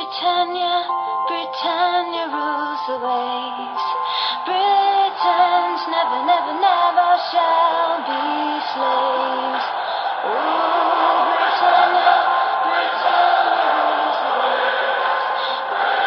Britannia, Britannia rules the waves. Britons never, never, never shall be slaves. Oh, Britannia, Britannia rules the waves.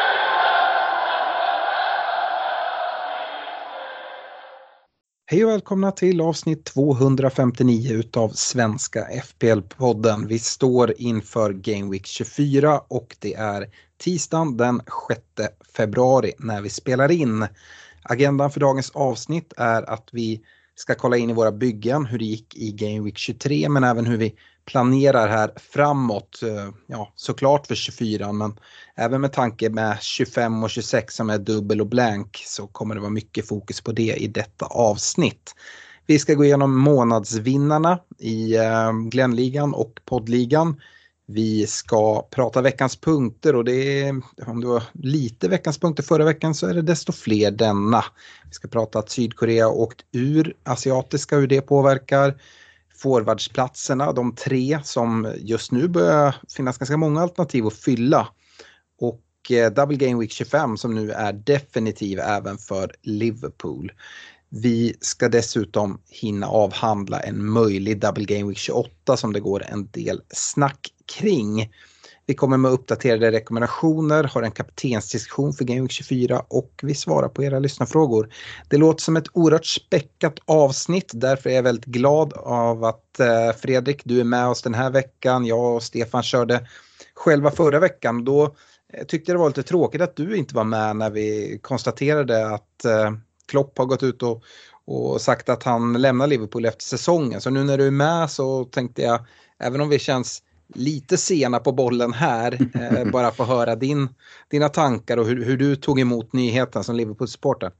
Hej och välkomna till avsnitt 259 utav Svenska FPL-podden. Vi står inför Game Week 24 och det är tisdagen den 6 februari när vi spelar in. Agendan för dagens avsnitt är att vi ska kolla in i våra byggen hur det gick i Game Week 23 men även hur vi planerar här framåt. Ja, såklart för 24 men även med tanke med 25 och 26 som är dubbel och blank så kommer det vara mycket fokus på det i detta avsnitt. Vi ska gå igenom månadsvinnarna i Glenligan och poddligan. Vi ska prata veckans punkter och det är, om det var lite veckans punkter förra veckan så är det desto fler denna. Vi ska prata att Sydkorea åkt ur asiatiska, hur det påverkar. Forwardsplatserna, de 3 som just nu börjar finnas ganska många alternativ att fylla. Och Double Game Week 25 som nu är definitiv även för Liverpool. Vi ska dessutom hinna avhandla en möjlig Double Game Week 28 som det går en del snack kring. Vi kommer med uppdaterade rekommendationer, har en kaptensdiskussion för Game Week 24 och vi svarar på era lyssnarfrågor. Det låter som ett oerhört späckat avsnitt, därför är jag väldigt glad av att Fredrik, du är med oss den här veckan. Jag och Stefan körde själva förra veckan. Då tyckte jag det var lite tråkigt att du inte var med när vi konstaterade att Klopp har gått ut och sagt att han lämnar Liverpool efter säsongen. Så nu när du är med så tänkte jag, även om vi känns lite sena på bollen här, bara få höra dina tankar och hur du tog emot nyheten som Liverpool-supporter.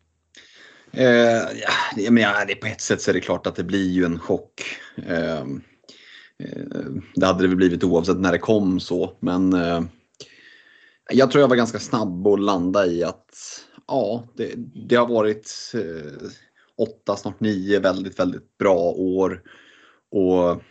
Det på ett sätt så är det klart att det blir ju en chock. Det hade det väl blivit oavsett när det kom så. Men jag tror jag var ganska snabb att landa i att ja, det har varit 8, snart 9 väldigt, väldigt bra år. Och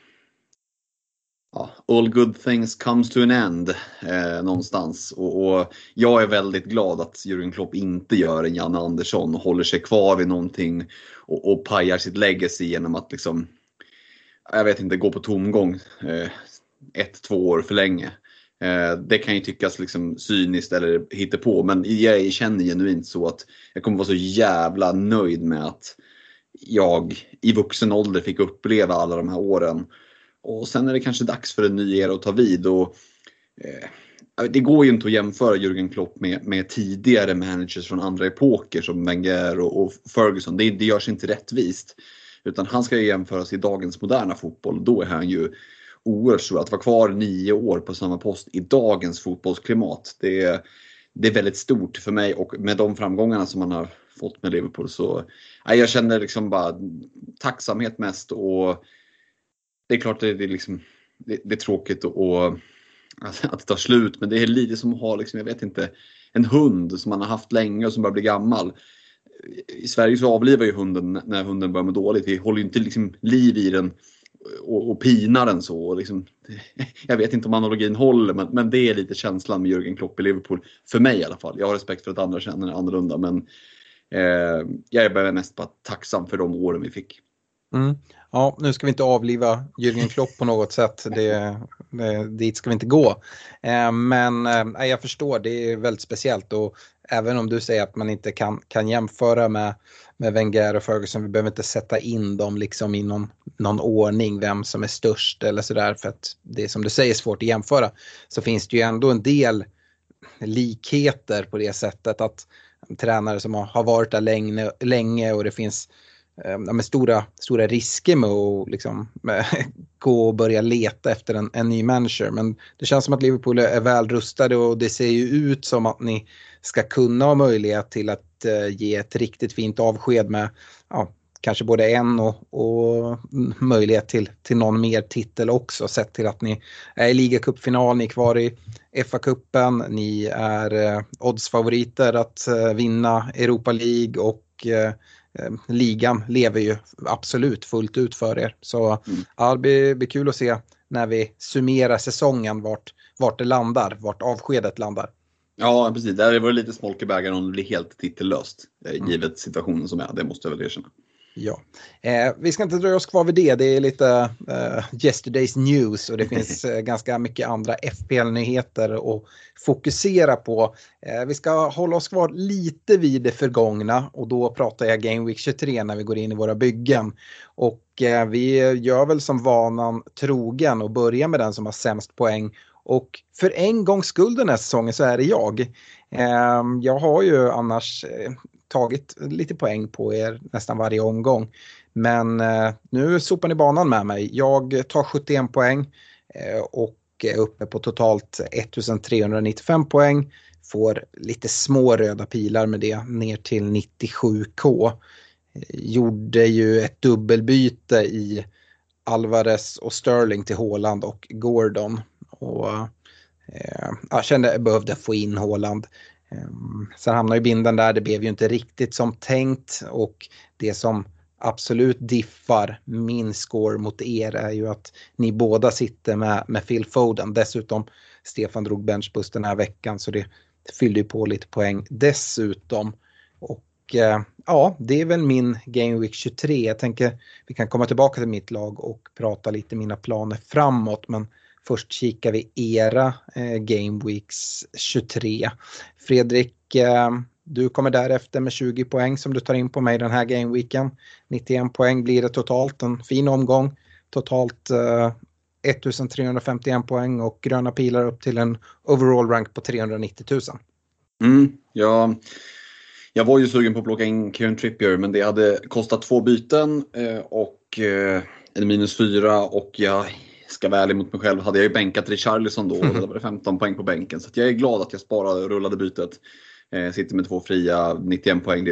ja, all good things comes to an end någonstans. Och jag är väldigt glad att Jürgen Klopp inte gör en Janne Andersson och håller sig kvar vid någonting och pajar sitt legacy genom att liksom, jag vet inte, gå på tomgång 1-2 år för länge. Det kan ju tyckas liksom cyniskt eller hittepå, men jag känner genuint så att jag kommer vara så jävla nöjd med att jag i vuxen ålder fick uppleva alla de här åren. Och sen är det kanske dags för en ny era att ta vid. Och, det går ju inte att jämföra Jürgen Klopp med tidigare managers från andra epoker som Wenger och Ferguson. Det görs inte rättvist. Utan han ska ju jämföras i dagens moderna fotboll. Då är han ju oerhört stor. Att vara kvar 9 år på samma post i dagens fotbollsklimat. Det är väldigt stort för mig. Och med de framgångarna som man har fått med Liverpool så jag känner liksom bara tacksamhet mest. Och det är klart det är tråkigt att det tar slut. Men det är lite som att ha liksom, jag vet inte, en hund som man har haft länge och som börjar bli gammal. I Sverige så avlivar ju hunden när hunden börjar må dåligt. Vi håller ju inte liksom liv i den och pinar den så. Och liksom, jag vet inte om analogin håller, men det är lite känslan med Jürgen Klopp i Liverpool. För mig i alla fall. Jag har respekt för att andra känner annorlunda. Men jag är bara mest bara tacksam för de åren vi fick. Mm. Ja, nu ska vi inte avliva Jürgen Klopp på något sätt. Dit ska vi inte gå. Men jag förstår, det är väldigt speciellt. Och även om du säger att man inte kan jämföra med Wenger och Ferguson, vi behöver inte sätta in dem liksom i någon ordning, vem som är störst eller sådär. För att det är som du säger svårt att jämföra. Så finns det ju ändå en del likheter på det sättet att tränare som har varit där länge och det finns med stora risker med att liksom, gå och börja leta efter en ny manager. Men det känns som att Liverpool är väl rustade och det ser ju ut som att ni ska kunna ha möjlighet till att ge ett riktigt fint avsked med kanske både en och möjlighet till någon mer titel också, sett till att ni är i ligacupfinal, ni är kvar i FA-cupen, ni är oddsfavoriter att vinna Europa League och ligan lever ju absolut fullt ut för er. Så det blir kul att se när vi summerar säsongen vart det landar, vart avskedet landar. Ja, precis. Det var lite smolk i bägaren om det blir helt titellöst. Givet situationen som är, det måste jag väl erkänna. Ja, vi ska inte dra oss kvar vid det. Det är lite yesterday's news och det finns ganska mycket andra FPL-nyheter att fokusera på. Vi ska hålla oss kvar lite vid det förgångna och då pratar jag Game Week 23 när vi går in i våra byggen. Och vi gör väl som vanan trogen och börjar med den som har sämst poäng. Och för en gångs skull den här säsongen så är det jag. Jag har ju annars tagit lite poäng på er nästan varje omgång. Men nu sopar ni banan med mig. Jag tar 71 poäng och är uppe på totalt 1395 poäng. Får lite små röda pilar med det ner till 97k. Gjorde ju ett dubbelbyte i Alvarez och Sterling till Haaland och Gordon. Och jag kände att jag behövde få in Haaland. Sen hamnade ju binden där, det blev ju inte riktigt som tänkt och det som absolut diffar min score mot er är ju att ni båda sitter med Phil Foden. Dessutom Stefan drog benchboost den här veckan så det fyllde ju på lite poäng dessutom. Och ja, det är väl min Game Week 23. Jag tänker vi kan komma tillbaka till mitt lag och prata lite mina planer framåt, men först kikar vi era Game Weeks 23. Fredrik, du kommer därefter med 20 poäng som du tar in på mig den här Game Weeken. 91 poäng blir det totalt, en fin omgång. Totalt 1351 poäng och gröna pilar upp till en overall rank på 390 000. Jag var ju sugen på att plocka in Kieran Trippier, men det hade kostat 2 byten och en -4 och jag ska vara ärlig mot mig själv, hade jag ju bänkat Richarlison då och det var 15 poäng på bänken. Så att jag är glad att jag sparade och rullade bytet. Sitter med 2 fria, 91 poäng.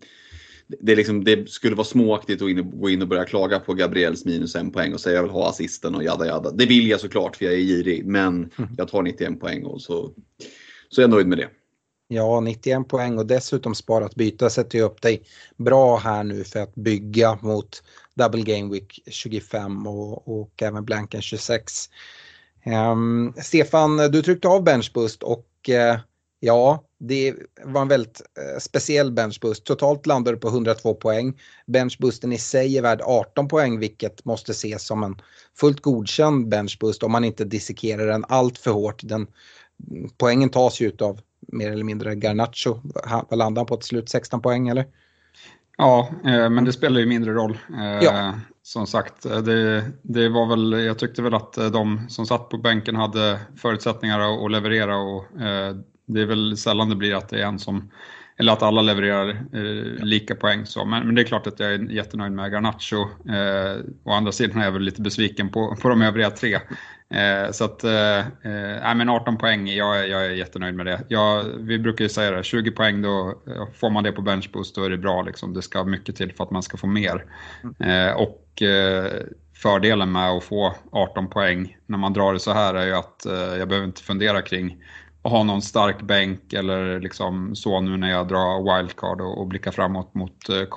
Det skulle vara småaktigt att gå in och börja klaga på Gabriels -1 poäng och säga jag vill ha assisten och jada. Det vill jag såklart för jag är girig, men jag tar 91 poäng och så är jag nöjd med det. Ja, 91 poäng och dessutom sparat byta sätter jag upp dig bra här nu för att bygga mot Double Game Week 25 och även Blanken 26. Stefan, du tryckte av benchboost och ja, det var en väldigt speciell benchboost. Totalt landade du på 102 poäng. Benchboosten i sig är värd 18 poäng, vilket måste ses som en fullt godkänd benchboost om man inte dissekerar den allt för hårt. Poängen tas ju av mer eller mindre Garnacho. Vad landar han på till slut? 16 poäng eller? Ja, men det spelar ju mindre roll. Ja. Som sagt, det var väl, jag tyckte väl att de som satt på bänken hade förutsättningar att leverera och det är väl sällan det blir att det är en som, eller att alla levererar lika poäng så. Men det är klart att jag är jättenöjd med Garnacho. Å andra sidan är jag väl lite besviken på de övriga 3. Så att, men 18 poäng, jag är jättenöjd med det. Vi brukar ju säga det, 20 poäng då får man det på benchboost, då är det bra liksom. Det ska mycket till för att man ska få mer. Och fördelen med att få 18 poäng när man drar det så här är ju att jag behöver inte fundera kring att ha någon stark bänk eller liksom så nu när jag drar wildcard och blickar framåt mot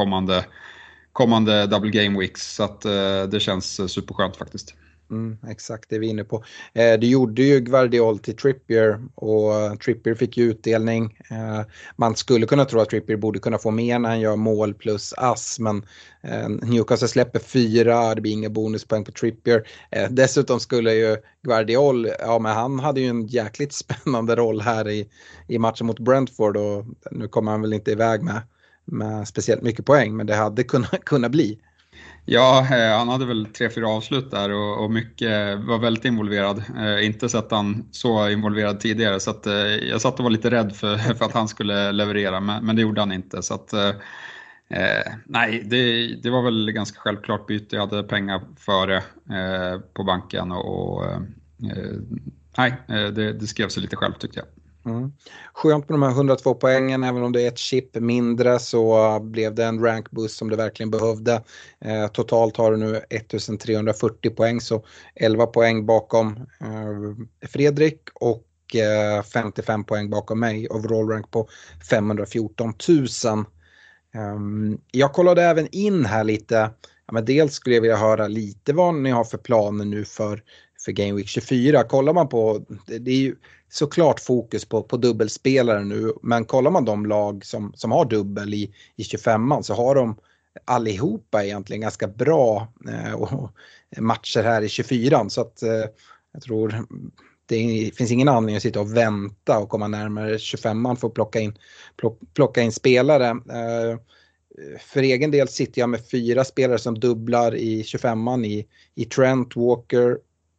kommande double game weeks. Så att det känns superskönt faktiskt. Exakt, det är vi inne på. Du gjorde ju Gvardiol till Trippier och Trippier fick ju utdelning. Man skulle kunna tro att Trippier borde kunna få mer när han gör mål plus ass, men Newcastle släpper 4, det blir inga bonuspoäng på Trippier. Dessutom skulle ju Gvardiol, ja men han hade ju en jäkligt spännande roll här i matchen mot Brentford och nu kommer han väl inte iväg med speciellt mycket poäng, men det hade kunnat bli. Ja, han hade väl 3-4 avslut där och mycket, var väldigt involverad. Inte sett han så involverad tidigare så att jag satt och var lite rädd för att han skulle leverera, men det gjorde han inte. Så att nej, det var väl ganska självklart byte. Jag hade pengar före på banken och nej, det skrev sig lite själv tyckte jag. Skönt med de här 102 poängen, även om det är ett chip mindre så blev det en rankboost som det verkligen behövde. Totalt har du nu 1340 poäng, så 11 poäng bakom Fredrik och 55 poäng bakom mig. Overall rank på 514 000. Jag kollade även in här lite. Ja, men dels skulle jag vilja höra lite vad ni har för planer nu för för Game Week 24. Kollar man på, det är ju såklart fokus på dubbelspelare nu, men kollar man de lag som har dubbel i 25an så har de allihopa egentligen ganska bra matcher här i 24an, så att jag tror det finns ingen anledning att sitta och vänta och komma närmare 25an för att plocka in spelare. För egen del sitter jag med 4 spelare som dubblar i 25an i Trent, Walker,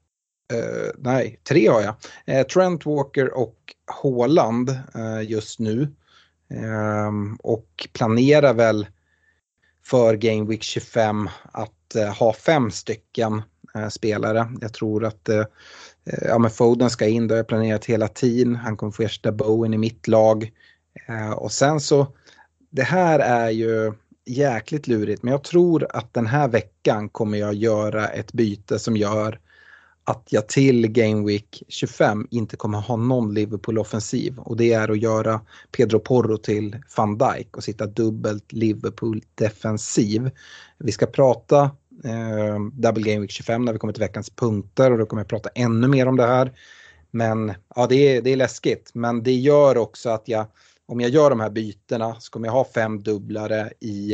3 har jag. Trent, Walker och Haaland just nu. Och planerar väl för Game Week 25 att ha 5 stycken spelare. Jag tror att men Foden ska in, då har jag planerat hela tiden. Han kommer få ersätta Bowen i mitt lag. Och sen så, det här är ju jäkligt lurigt, men jag tror att den här veckan kommer jag göra ett byte som gör att jag till Game Week 25 inte kommer ha någon Liverpool-offensiv. Och det är att göra Pedro Porro till Van Dijk och sitta dubbelt Liverpool-defensiv. Vi ska prata Double Game Week 25 när vi kommer till veckans punkter, och då kommer jag prata ännu mer om det här. Men ja, det är läskigt. Men det gör också att om jag gör de här bytena så kommer jag ha 5 dubblare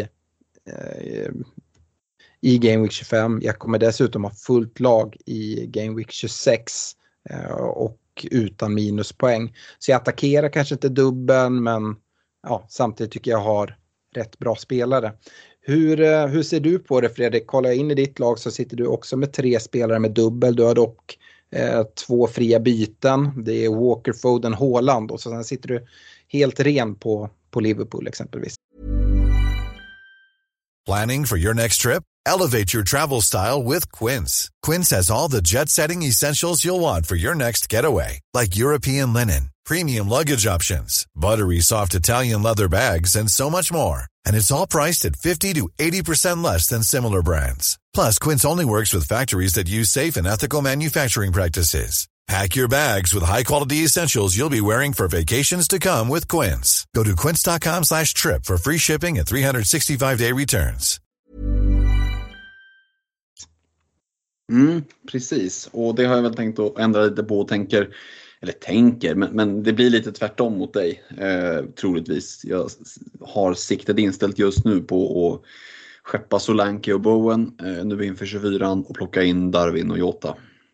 i Game Week 25. Jag kommer dessutom ha fullt lag i Game Week 26 och utan minuspoäng. Så jag attackerar kanske inte dubbeln, men samtidigt tycker jag har rätt bra spelare. Hur ser du på det, Fredrik? Kollar jag in i ditt lag så sitter du också med 3 spelare med dubbel. Du har dock 2 fria byten. Det är Walker, Foden, Haaland, och så sen sitter du helt ren på Liverpool exempelvis. Planning for your next trip? Elevate your travel style with Quince. Quince has all the jet-setting essentials you'll want for your next getaway, like European linen, premium luggage options, buttery soft Italian leather bags, and so much more. And it's all priced at 50 to 80% less than similar brands. Plus, Quince only works with factories that use safe and ethical manufacturing practices. Pack your bags with high-quality essentials you'll be wearing for vacations to come with Quince. Go to quince.com/trip for free shipping and 365-day returns. Precis, och det har jag väl tänkt att ändra lite på och tänker, men det blir lite tvärtom mot dig, troligtvis. Jag har siktet inställt just nu på att skeppa Solanke och Bowen nu inför 24an och plocka in Darwin och Jota.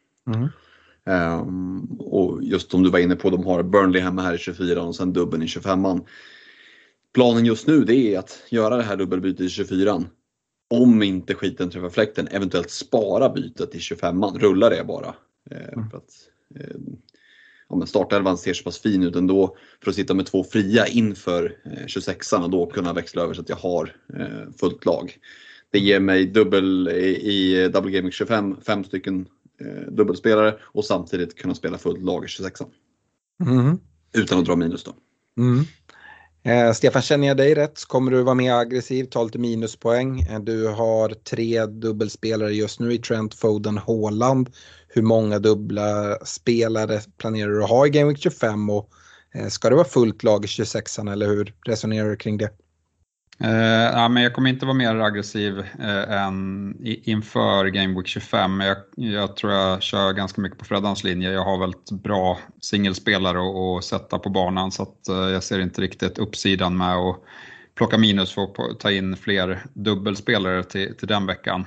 Och just som du var inne på, de har Burnley hemma här i 24 och sen dubbeln i 25an. Planen just nu, det är att göra det här dubbelbytet i 24an. Om inte skiten träffar fläkten, eventuellt spara bytet i 25an. Rulla det bara. För att startelvan ser så pass fin ut ändå, för att sitta med 2 fria inför 26an och då kunna växla över så att jag har fullt lag. Det ger mig dubbel i Double Game Week 25, 5 stycken dubbelspelare, och samtidigt kunna spela fullt lag i 26an. Utan att dra minus då. Stefan, känner jag dig rätt så kommer du vara mer aggressiv, ta lite minuspoäng. Du har 3 dubbelspelare just nu i Trent, Foden, Haaland. Hur många dubbla spelare planerar du att ha i Game Week 25, och ska det vara fullt lag i 26an, eller hur resonerar du kring det? Men jag kommer inte vara mer aggressiv än inför Game Week 25. Jag tror jag kör ganska mycket på Freddans linje. Jag har väldigt bra singelspelare att sätta på banan, så att jag ser inte riktigt uppsidan med att plocka minus för att ta in fler dubbelspelare till den veckan.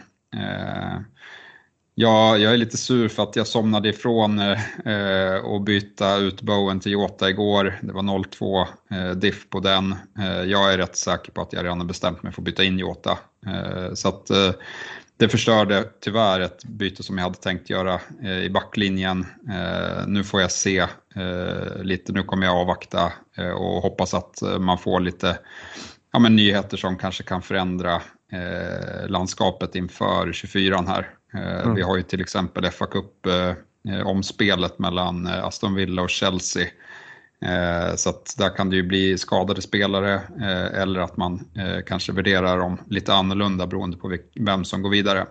Jag är lite sur för att jag somnade ifrån och byta ut Bowen till Jota igår. Det var 0-2 diff på den. Jag är rätt säker på att jag redan har bestämt mig för att byta in Jota. Så att det förstörde tyvärr ett byte som jag hade tänkt göra i backlinjen. Nu får jag se lite. Nu kommer jag avvakta och hoppas att man får lite nyheter som kanske kan förändra landskapet inför 24an här. Vi har ju till exempel FA Cup omspelet mellan Aston Villa och Chelsea. Så att där kan det ju bli skadade spelare eller att man kanske värderar dem lite annorlunda beroende på vem som går vidare.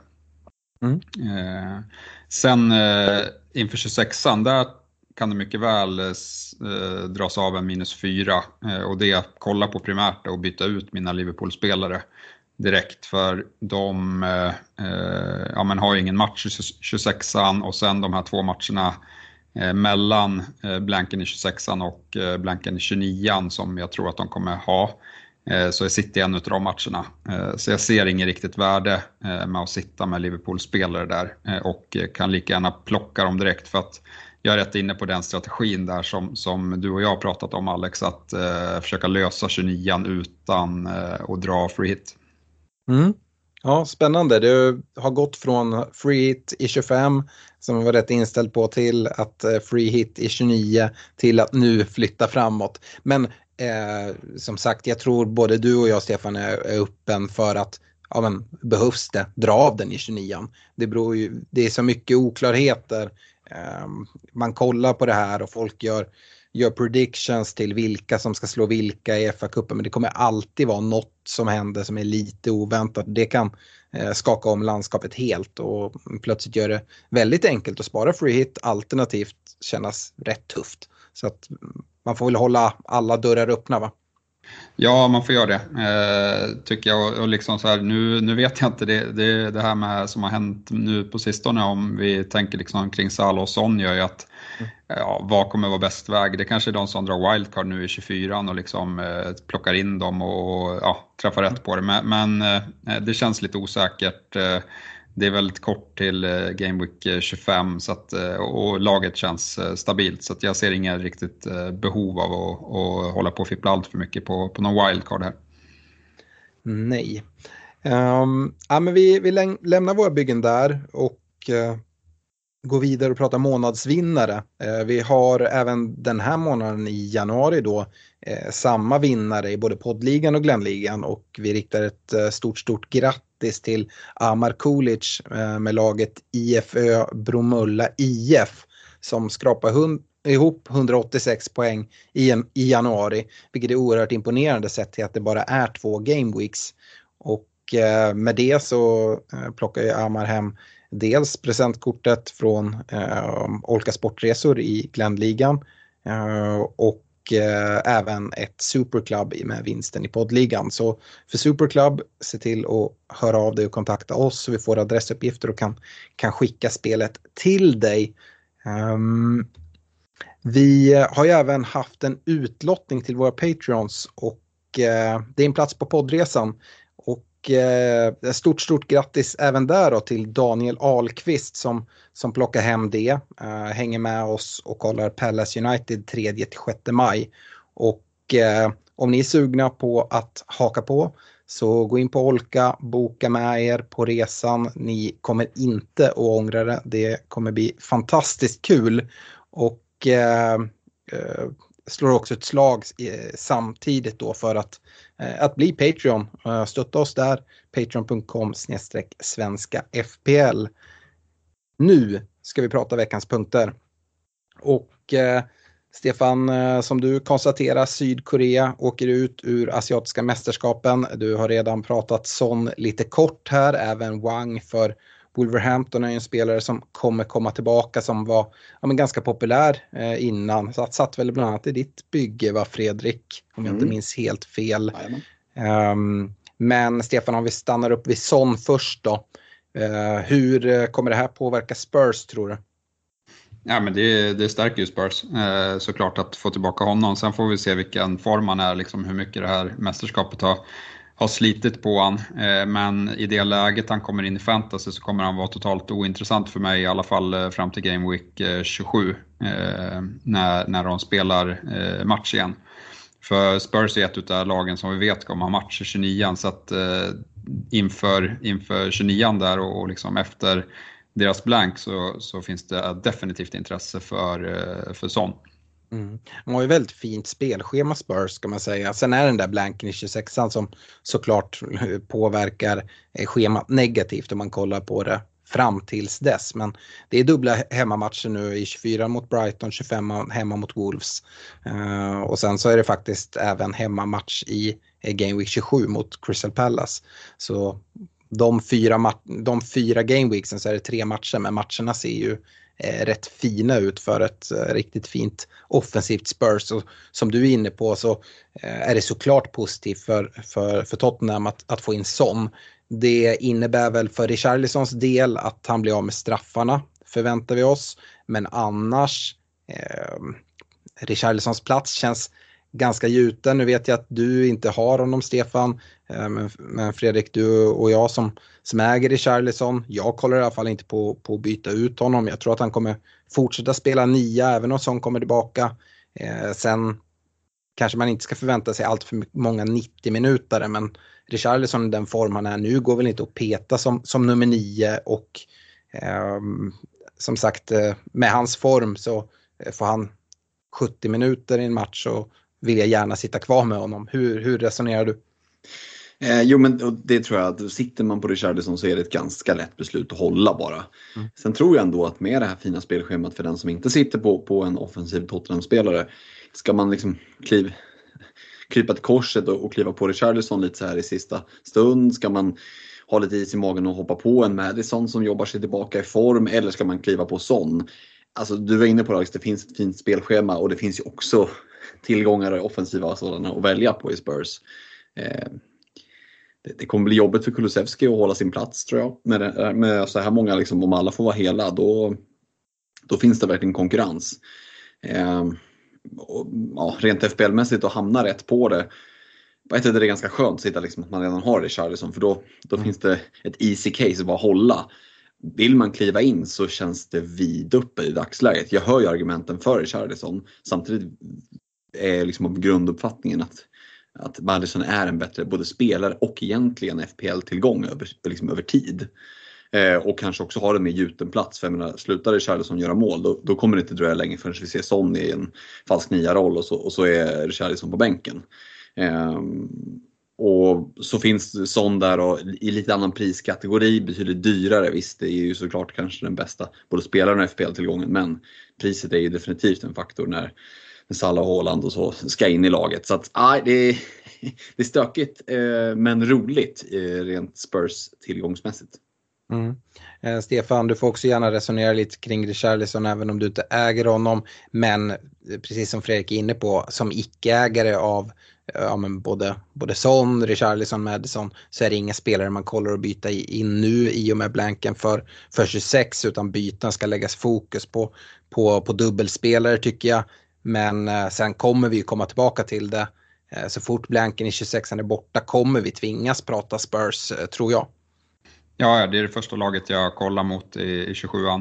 Sen inför 26an, där kan det mycket väl dras av en -4, och det är att kolla på primärt och byta ut mina Liverpool-spelare. direkt, för de har ju ingen match i 26an och sen de här 2 matcherna mellan blanken i 26an och blanken i 29an som jag tror att de kommer ha. Så jag sitter i en av de matcherna. Så jag ser ingen riktigt värde med att sitta med Liverpool-spelare där och kan lika gärna plocka dem direkt, för att jag är rätt inne på den strategin där som du och jag har pratat om, Alex, att försöka lösa 29an utan att dra free hit. Ja, spännande. Du har gått från free hit i 25 som jag var rätt inställd på till att free hit i 29 till att nu flytta framåt. Men som sagt, jag tror både du och jag, Stefan, är öppen för att behövs det, dra av den i 29an. Det är så mycket oklarheter. Man kollar på det här och folk gör predictions till vilka som ska slå vilka i FA-cupen, men det kommer alltid vara något som händer som är lite oväntat. Det kan skaka om landskapet helt och plötsligt gör det väldigt enkelt att spara free hit, alternativt kännas rätt tufft. Så att man får väl hålla alla dörrar öppna, va? Ja, man får göra det, tycker jag. Och liksom så här, nu vet jag inte, det här med som har hänt nu på sistone, om vi tänker liksom kring Salah och Son, gör ju att vad kommer vara bäst väg? Det kanske är de som drar wildcard nu i 24 och liksom plockar in dem och träffar rätt på det. Men det känns lite osäkert. Det är väldigt kort till Game Week 25 så att, och laget känns stabilt, så att jag ser inga riktigt behov av att hålla på och fippla allt för mycket på någon wildcard här. Nej. Men vi lämnar våra byggen där och går vidare och pratar månadsvinnare. Vi har även den här månaden i januari då samma vinnare i både poddligan och Glennligan, och vi riktar ett stort grattis till Amar Kulic med laget IFÖ Bromölla IF som skrapar ihop 186 poäng i januari, vilket är oerhört imponerande sett till att det bara är 2 game weeks. Och med det så plockar ju Amar hem dels presentkortet från Olka Sportresor i Glennligan och även ett Superclub med vinsten i poddligan. Så för Superclub, se till att höra av dig och kontakta oss så vi får adressuppgifter och kan skicka spelet till dig. Vi har ju även haft en utlottning till våra Patreons och det är en plats på poddresan. Och stort grattis även där då till Daniel Ahlqvist som plockar hem det. Hänger med oss och kollar Palace United 3-6 maj. Och om ni är sugna på att haka på så gå in på Olka, boka med er på resan. Ni kommer inte att ångra det. Det kommer bli fantastiskt kul. Och slår också ett slag samtidigt då för att bli Patreon. Stötta oss där, patreon.com/svenska FPL. Nu ska vi prata veckans punkter. Och Stefan, som du konstaterar, Sydkorea åker ut ur asiatiska mästerskapen. Du har redan pratat Son lite kort här, även Wang för Wolverhampton är en spelare som kommer komma tillbaka, som var ganska populär innan. Så att satt väl bland annat i ditt bygge, var Fredrik, om jag inte minns helt fel. Men Stefan, om vi stannar upp vid Son först då. Hur kommer det här påverka Spurs, tror du? Ja, men det stärker ju Spurs såklart att få tillbaka honom. Sen får vi se vilken form han är, liksom hur mycket det här mästerskapet har slitit på han, men i det läget han kommer in i fantasy så kommer han vara totalt ointressant för mig, i alla fall fram till Game Week 27 när de spelar match igen. För Spurs är ett av lagen som vi vet kommer ha match i 29, så att inför 29 där och liksom efter deras blank så finns det definitivt intresse för Son. De har ju väldigt fint spelschema Spurs, ska man säga. Sen är den där blanken i 26an som såklart påverkar schemat negativt om man kollar på det fram tills dess. Men det är dubbla hemmamatcher nu i 24 mot Brighton, 25 hemma mot Wolves. Och sen så är det faktiskt även hemmamatch i Game Week 27 mot Crystal Palace. Så de fyra game weeksen så är det 3 matcher, men matcherna ser ju rätt fina ut för ett riktigt fint offensivt Spurs. Och som du är inne på så är det såklart positivt för Tottenham att få in Son. Det innebär väl för Richarlisons del att han blir av med straffarna, förväntar vi oss. Men annars, Richarlisons plats känns ganska gjuten. Nu vet jag att du inte har honom, Stefan. Men Fredrik, du och jag som äger Richarlison, jag kollar i alla fall inte på att byta ut honom. Jag tror att han kommer fortsätta spela 9 även om Son kommer tillbaka. Sen kanske man inte ska förvänta sig allt för många 90 minuter, men Richarlison i den form han är nu går väl inte att peta som nummer 9 och som sagt med hans form så får han 70 minuter i en match och vill jag gärna sitta kvar med honom. Hur resonerar du? Jo, men det tror jag att sitter man på Richarlison så är det ett ganska lätt beslut att hålla bara. Sen tror jag ändå att med det här fina spelschemat för den som inte sitter på en offensiv Tottenham-spelare, ska man liksom krypa till korset och kliva på Richarlison lite så här i sista stund? Ska man ha lite is i magen och hoppa på en Maddison som jobbar sig tillbaka i form, eller ska man kliva på Son? Alltså du var inne på det, det finns ett fint spelschema och det finns ju också tillgångar offensiva sådana att välja på i Spurs. Det kommer bli jobbigt för Kulusevski att hålla sin plats, tror jag. Med så här många, liksom, om alla får vara hela, då finns det verkligen konkurrens. Rent FPL-mässigt att hamna rätt på det. Det är ganska skönt att sitta liksom, att man redan har Richarlison, för då finns det ett easy case att bara hålla. Vill man kliva in så känns det viduppe i dagsläget. Jag hör ju argumenten för Richarlison. Samtidigt är liksom av grunduppfattningen att Maddison är en bättre både spelare och egentligen FPL-tillgång över tid. Och kanske också har en mer gjuten plats. För jag menar, slutar Richarlison göra mål, då kommer det inte dröja länge förrän vi ser Son i en falsk 9-roll och så är Richarlison på bänken. Och så finns Son där och i lite annan priskategori, betydligt dyrare. Visst, det är ju såklart kanske den bästa både spelaren och FPL-tillgången, men priset är ju definitivt en faktor när Salah och Haaland och så ska in i laget. Så att det är stökigt men roligt rent Spurs tillgångsmässigt. Stefan, du får också gärna resonera lite kring Richarlison även om du inte äger honom, men precis som Fredrik är inne på, som icke-ägare av både Son, Richarlison, Maddison, så är det inga spelare man kollar att byta in nu i och med blanken för 26, utan byten ska läggas fokus på dubbelspelare, tycker jag. Men sen kommer vi komma tillbaka till det. Så fort blanken i 26 är borta kommer vi tvingas prata Spurs, tror jag. Ja, det är det första laget jag kollar mot i 27an.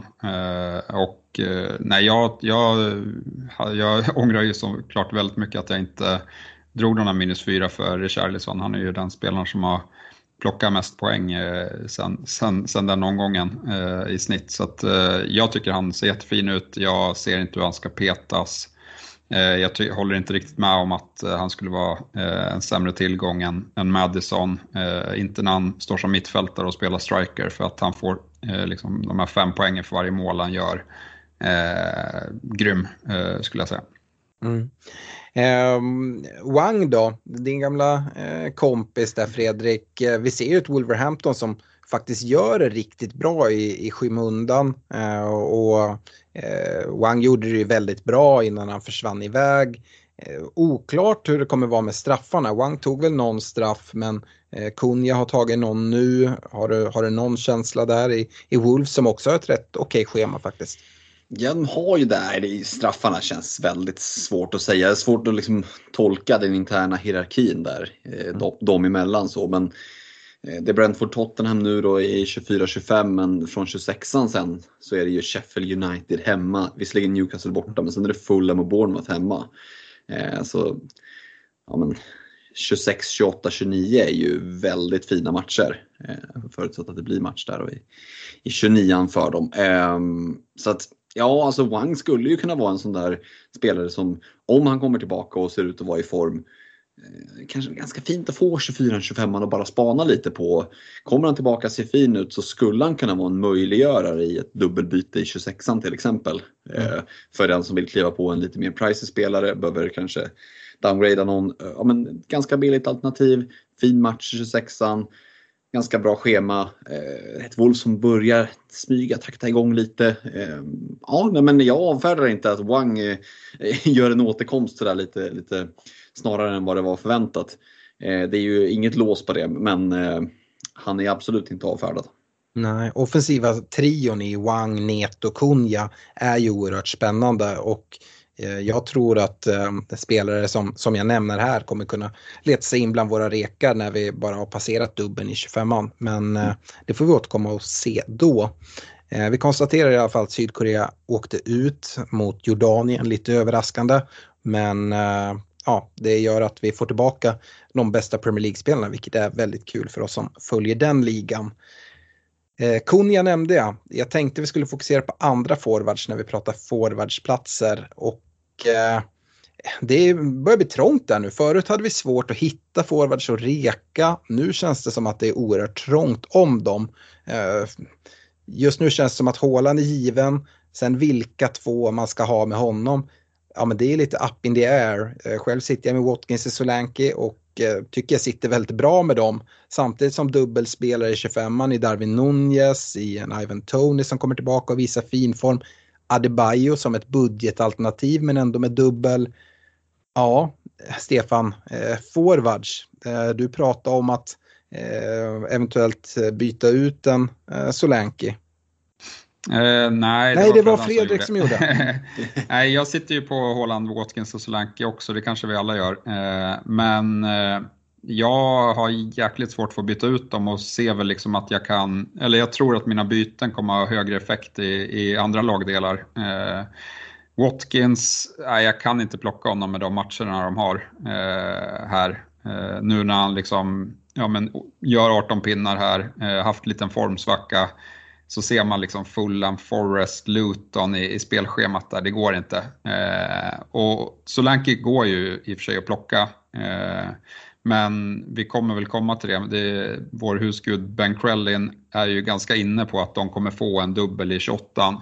Nej, jag ångrar ju såklart väldigt mycket att jag inte drog den här -4 för Richarlison. Han är ju den spelaren som har plockat mest poäng sen den omgången i snitt. Så att, jag tycker han ser jättefin ut. Jag ser inte hur han ska petas. Jag håller inte riktigt med om att han skulle vara en sämre tillgång än Maddison. Inte när han står som mittfältare och spelar striker, för att han får liksom de här 5 poängen för varje mål han gör. Grym, skulle jag säga. Wang då, din gamla kompis där, Fredrik. Vi ser ju ett Wolverhampton som faktiskt gör det riktigt bra i skymundan, och Wang gjorde det ju väldigt bra innan han försvann iväg. Oklart hur det kommer vara med straffarna. Wang tog väl någon straff, men Cunha har tagit någon nu. Har du någon känsla där i Wolves, som också har ett rätt okej schema faktiskt? Ja, de har ju där i straffarna, känns väldigt svårt att säga. Det är svårt att liksom tolka den interna hierarkin där, de emellan så, men det är Brentford-Tottenham nu då i 24-25, men från 26an sen så är det ju Sheffield United hemma, visserligen Newcastle borta, men sen är det Fulham och Bournemouth hemma. Så ja, men 26, 28, 29 är ju väldigt fina matcher, förutsatt att det blir match där och i 29an för dem. Så att ja, alltså Wang skulle ju kunna vara en sån där spelare som, om han kommer tillbaka och ser ut att vara i form, kanske ganska fint att få 24-25 och bara spana lite på. Kommer han tillbaka, ser fin ut, så skulle han kunna vara en möjliggörare i ett dubbelbyte i 26an till exempel. För den som vill kliva på en lite mer pricey spelare, behöver kanske downgrada någon, men ganska billigt alternativ, fin match i 26an. ganska bra schema. Ett Wolves som börjar smyga, takta igång lite. Men jag avfärdar inte att Wang gör en återkomst sådär lite snarare än vad det var förväntat. Det är ju inget lås på det, men han är absolut inte avfärdad. Nej, offensiva trion i Wang, Neto och Kunja är ju oerhört spännande och jag tror att spelare som jag nämner här kommer kunna leta sig in bland våra rekar när vi bara har passerat dubben i 25an. Men det får vi återkomma och se då. Vi konstaterar i alla fall att Sydkorea åkte ut mot Jordanien, lite överraskande. Men det gör att vi får tillbaka de bästa Premier League-spelarna, vilket är väldigt kul för oss som följer den ligan. Kunja nämnde jag. Jag tänkte vi skulle fokusera på andra forwards när vi pratar forwardsplatser och det börjar bli trångt där nu. Förut hade vi svårt att hitta forwards och reka. Nu känns det som att det är oerhört trångt om dem. Just nu känns det som att Haaland är given. Sen vilka två man ska ha med honom. Ja, men det är lite up in the air. Själv sitter jag med Watkins och Solanke och tycker jag sitter väldigt bra med dem. Samtidigt som dubbelspelare i 25an i Darwin Núñez, i en Ivan Toney som kommer tillbaka och visar fin form. Adebayo som ett budgetalternativ men ändå med dubbel. Ja, Stefan, forwards. Du pratade om att eventuellt byta ut en Solanke. Nej, det var Fredrik som gjorde. Nej, jag sitter ju på Haaland, Watkins och Solanke också, det kanske vi alla gör. Men jag har jäkligt svårt för att byta ut dem och ser väl liksom att jag kan, eller jag tror att mina byten kommer ha högre effekt i andra lagdelar. Watkins, jag kan inte plocka honom med de matcherna de har här. Nu när han liksom, gör 18 pinnar här, haft liten formsvacka. Så ser man liksom Fulham, Forest, Luton i spelschemat där, det går inte. Och Solanke går ju i och för sig att plocka. Men vi kommer väl komma till det. Vår husgud Ben Crellin är ju ganska inne på att de kommer få en dubbel i 28an.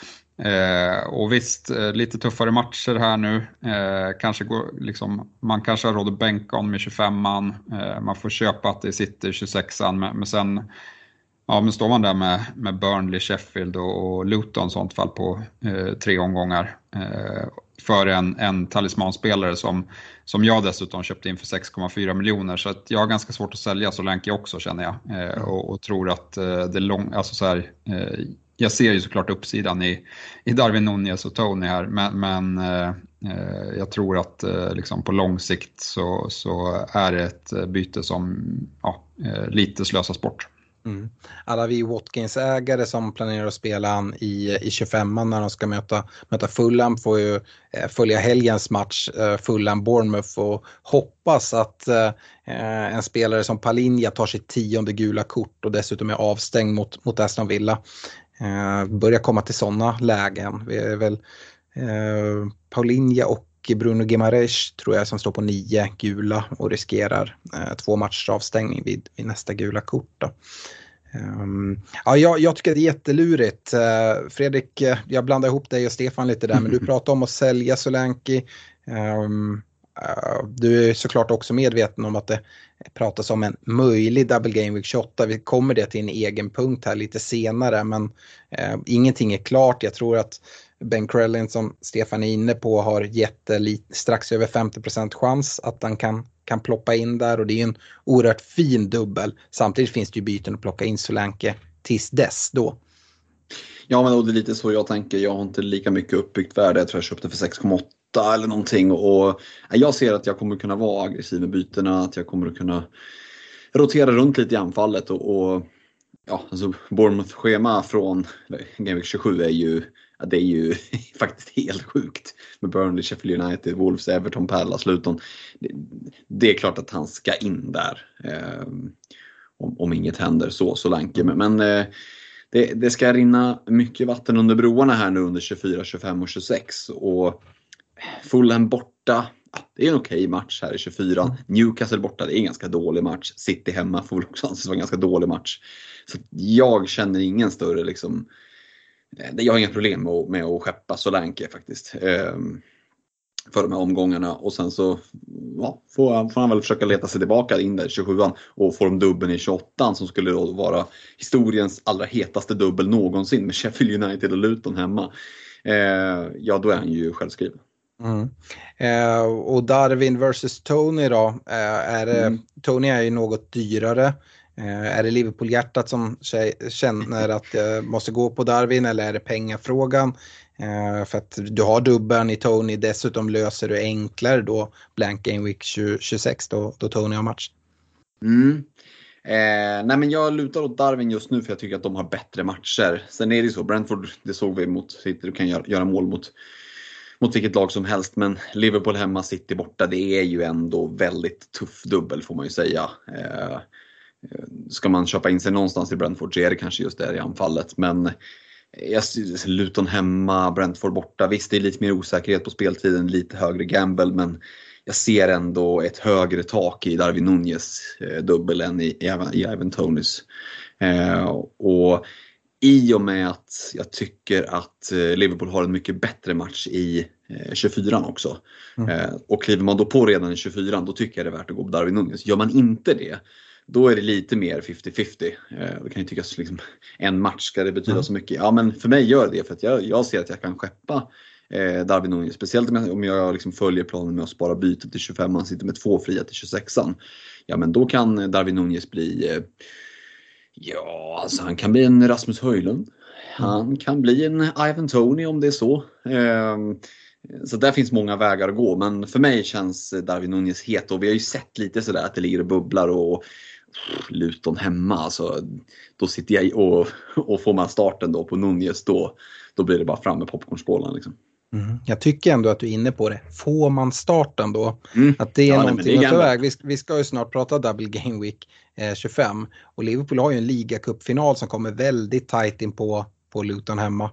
Och visst, lite tuffare matcher här nu. Kanske går, liksom, man kanske har råd att bänka om med 25an. Man får köpa att det sitter 26an. Men sen... Ja, men står man där med Burnley, Sheffield och Luton sånt fall på 3 omgångar för en talismanspelare som jag dessutom köpte in för 6,4 miljoner. Så att jag har ganska svårt att sälja Solanke också, känner jag. Och tror att det är alltså så här, jag ser ju såklart uppsidan i Darwin Núñez och Toney här. Men jag tror att liksom på lång sikt så är det ett byte som lite slösas bort. Mm. Alla vi Watkins-ägare som planerar att spela han i 25an när de ska möta Fulham får ju följa helgens match Fulham-Bournemouth och hoppas att en spelare som Palinja tar sitt 10:e gula kort och dessutom är avstängd mot Aston Villa. Börjar komma till sådana lägen. Vi är väl Palinja och Bruno Guimaraes tror jag som står på 9 gula och riskerar 2 matchers avstängning vid nästa gula kort då. Jag tycker det är jättelurigt. Fredrik, jag blandar ihop dig och Stefan lite där, men du pratar om att sälja Solanke. Du är såklart också medveten om att det pratas om en möjlig double game week 28. Vi kommer det till en egen punkt här lite senare, men ingenting är klart. Jag tror att Ben Crellin, som Stefan är inne på, har gett strax över 50% chans att han kan ploppa in där, och det är en oerhört fin dubbel. Samtidigt finns det ju byten att plocka in Solanke tills dess då. Ja, men det är lite så jag tänker. Jag har inte lika mycket uppbyggt värde. Jag tror jag köpte för 6,8 eller någonting, och jag ser att jag kommer kunna vara aggressiv med bytena, att jag kommer att kunna rotera runt lite i anfallet och alltså Bournemouth-schema från Game Week 27 det är ju faktiskt helt sjukt med Burnley, Sheffield United, Wolves, Everton, Palace, Luton. Det är klart att han ska in där om inget händer så Solanke. Men det ska rinna mycket vatten under broarna här nu under 24, 25 och 26. Och Fulham borta, det är en okej match här i 24. Newcastle borta, det är en ganska dålig match. City hemma får också anses vara en ganska dålig match. Så jag känner ingen större liksom... Jag har inga problem med att skeppa Solanke faktiskt för de här omgångarna. Och sen så får han väl försöka leta sig tillbaka in där i 27an och få de dubbeln i 28an som skulle då vara historiens allra hetaste dubbel någonsin med Sheffield United och Luton hemma. Då är han ju självskriven. Och Darwin versus Tony då, Tony är ju något dyrare. Är det Liverpool-hjärtat som känner att det måste gå på Darwin, eller är det pengafrågan? För att du har dubbeln i Tony, dessutom löser du enklare då blank game week 26 då Tony har match. Nej, men jag lutar åt Darwin just nu för jag tycker att de har bättre matcher. Sen är det så, Brentford, det såg vi mot City, du kan göra mål mot vilket lag som helst, men Liverpool hemma, City borta, det är ju ändå väldigt tuff dubbel får man ju säga. Ska man köpa in sig någonstans i Brentford så är det kanske just där i anfallet, men Luton hemma, Brentford borta, visst det är lite mer osäkerhet på speltiden, lite högre gamble, men jag ser ändå ett högre tak i Darwin Núñez dubbel än i Ivan Tonys. Och i och med att jag tycker att Liverpool har en mycket bättre match i 24an också. Och kliver man då på redan i 24an, då tycker jag det är värt att gå på Darwin Núñez. Gör man inte det, då är det lite mer 50-50. Det kan ju tyckas liksom, en match ska det betyda så mycket. Ja, men för mig gör det, för att jag ser att jag kan skeppa Darwin Núñez. Speciellt om jag liksom följer planen med att spara bytet till 25an, sitter med 2 fria till 26an. Ja, men då kan Darwin Núñez bli... alltså han kan bli en Rasmus Højlund. Han kan bli en Ivan Toney om det är så. Så där finns många vägar att gå. Men för mig känns Darwin Núñez het. Och vi har ju sett lite sådär att det ligger och bubblar och Luton hemma. Alltså, då sitter jag och får man starten då på Núñez. Då blir det bara fram med popcornskålen liksom. Jag tycker ändå att du är inne på det. Får man starten då? Att det är någonting att ta väg. Vi ska ju snart prata double game week 25. Och Liverpool har ju en ligacupfinal som kommer väldigt tajt in på Luton hemma.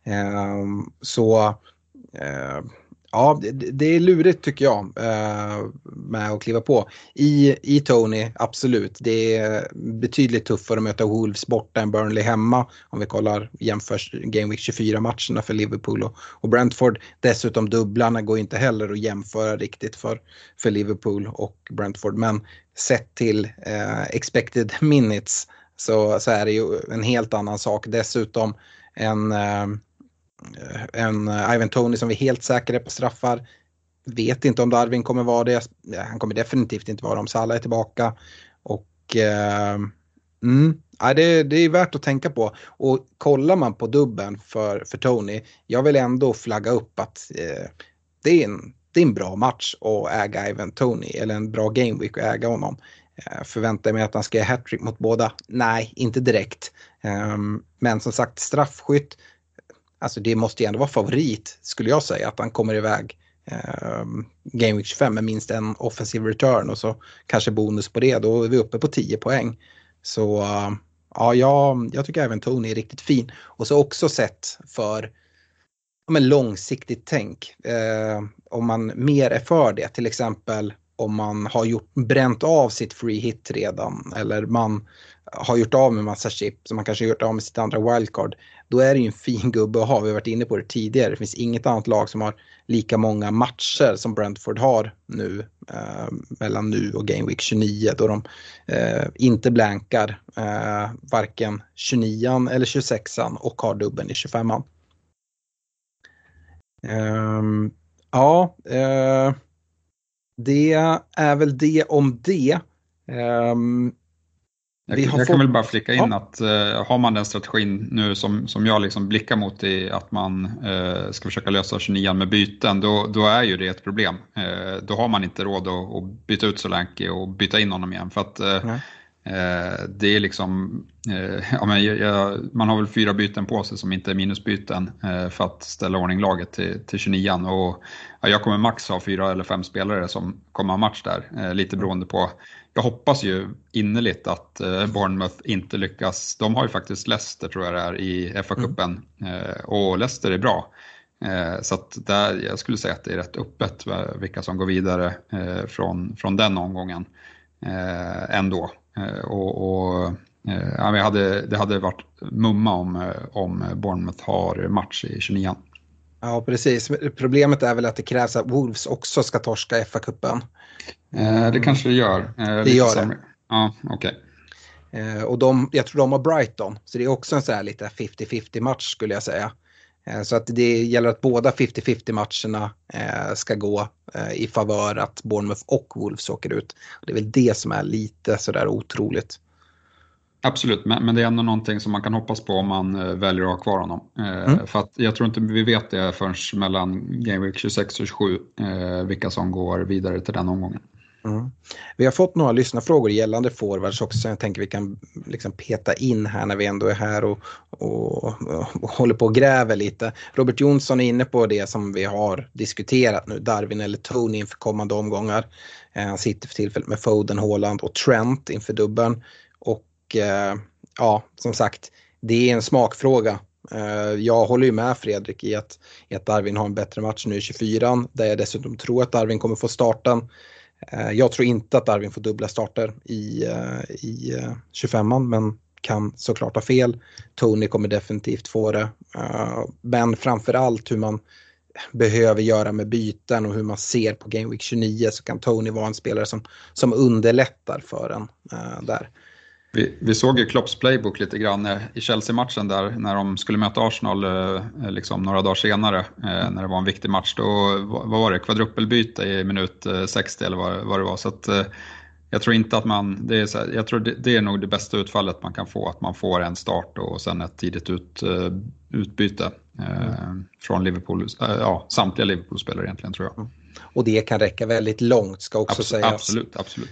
Ja, det är lurigt tycker jag med att kliva på. I Tony, absolut. Det är betydligt tuffare att möta Wolves borta än Burnley hemma. Om vi jämför Game Week 24-matcherna för Liverpool och Brentford. Dessutom dubblarna går inte heller att jämföra riktigt för Liverpool och Brentford. Men sett till expected minutes så är det ju en helt annan sak. Dessutom en Ivan Toney som vi är helt säkra på straffar. Vet inte om Darwin kommer vara det. Han kommer definitivt inte vara om Salah är tillbaka. Och det är värt att tänka på. Och kollar man på dubben för Tony, jag vill ändå flagga upp att det är en bra match att äga Ivan Toney, eller en bra game week att äga honom. Förväntar jag mig att han ska göra hattrick mot båda? Nej, inte direkt. Men som sagt, straffskytt, alltså det måste ju ändå vara favorit, skulle jag säga, att han kommer iväg Game Week 25 med minst en offensiv return och så kanske bonus på det. Då är vi uppe på 10 poäng. Så jag tycker även Tony är riktigt fin. Och så också sett för långsiktigt tänk. Om man mer är för det, till exempel om man har bränt av sitt free hit redan, eller man har gjort av med massa chip, så man kanske har gjort av med sitt andra wildcard, då är det ju en fin gubbe att ha. Vi har varit inne på det tidigare. Det finns inget annat lag som har lika många matcher som Brentford har nu, mellan nu och Game Week 29, då de inte blankar varken 29an eller 26an och har dubben i 25an. Det är väl det om det. Jag kan väl bara flika in att har man den strategin nu som jag liksom blickar mot, i att man ska försöka lösa 29 med byten, då är ju det ett problem. Då har man inte råd att byta ut Solanke och byta in honom igen, för att det är liksom man har väl 4 byten på sig som inte är minusbyten för att ställa ordning laget till 29, och jag kommer max ha 4 eller 5 spelare som kommer ha match där, lite beroende på. Jag hoppas ju innerligt att Bournemouth inte lyckas. De har ju faktiskt Leicester, tror jag det är, i FA-cupen, och Leicester är bra. Så att jag skulle säga att det är rätt öppet vilka som går vidare från den omgången ändå. Det hade varit mumma om Bournemouth har match i 29. Ja, precis. Problemet är väl att det krävs att Wolves också ska torska FA-cupen. Det kanske det gör. Det gör det. Ja, okej. Och jag tror de har Brighton. Så det är också en sån här lite 50-50 match skulle jag säga. Så att det gäller att båda 50-50 matcherna ska gå i favör att Bournemouth och Wolves åker ut. Och det är väl det som är lite sådär otroligt. Absolut, men det är ändå någonting som man kan hoppas på om man väljer att ha kvar honom. För att jag tror inte vi vet det förrän mellan Game Week 26 och 27 vilka som går vidare till den omgången. Vi har fått några lyssnarfrågor gällande forwards också, så jag tänker vi kan liksom peta in här när vi ändå är här och håller på och gräver lite. Robert Jonsson är inne på det som vi har diskuterat nu, Darwin eller Tony inför kommande omgångar. Han sitter för tillfället med Foden, Haaland och Trent inför dubbeln. Och ja, som sagt, det är en smakfråga. Jag håller ju med Fredrik i att Darwin har en bättre match nu i 24, där jag dessutom tror att Darwin kommer få starten. Jag tror inte att Darwin får dubbla starter i 25an, men kan såklart ha fel. Tony kommer definitivt få det. Men framförallt hur man behöver göra med byten och hur man ser på Game Week 29, så kan Tony vara en spelare som underlättar för en där. Vi såg ju Klopps playbook lite grann i Chelsea-matchen där när de skulle möta Arsenal liksom några dagar senare när det var en viktig match. Då vad var det? Kvadruppelbyte i minut 60 eller vad det var. Så att jag tror inte att jag tror det är nog det bästa utfallet man kan få, att man får en start och sen ett tidigt utbyte från Liverpool, samtliga Liverpool-spelare egentligen, tror jag. Och det kan räcka väldigt långt, ska också sägas. Absolut.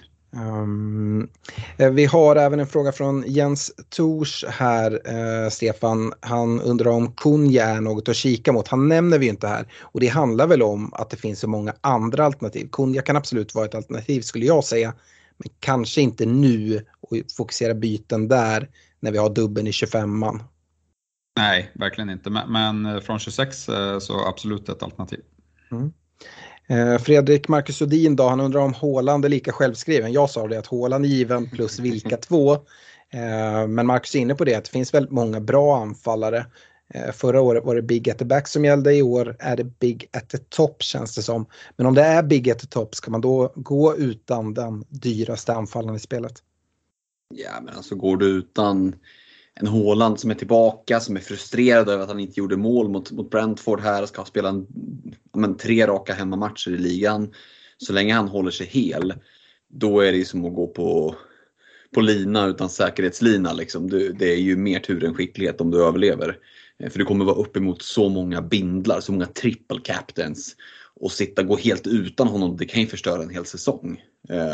Vi har även en fråga från Jens Tors här, Stefan. Han undrar om Kunja är något att kika mot. Han nämner vi inte här, och det handlar väl om att det finns så många andra alternativ. Kunja kan absolut vara ett alternativ, skulle jag säga, men kanske inte nu och fokusera byten där när vi har dubben i 25an. Nej, verkligen inte, men från 26 så absolut ett alternativ. Fredrik Marcus Odin då, han undrar om Haaland är lika självskriven. Jag sa det, att Haaland är given plus vilka två. Men Marcus är inne på det, att det finns väldigt många bra anfallare. Förra året var det Big at the back som gällde, i år är det Big at the top, känns det som. Men om det är Big at the top, ska man då gå utan den dyraste anfallaren i spelet? Ja, men alltså går du utan en Haaland som är tillbaka, som är frustrerad över att han inte gjorde mål mot Brentford här, ska spela 3 raka hemmamatcher i ligan. Så länge han håller sig hel, då är det ju som att gå på lina utan säkerhetslina. Liksom. Det är ju mer tur än skicklighet om du överlever. För du kommer vara uppemot så många bindlar, så många triple captains. Och gå helt utan honom, det kan ju förstöra en hel säsong.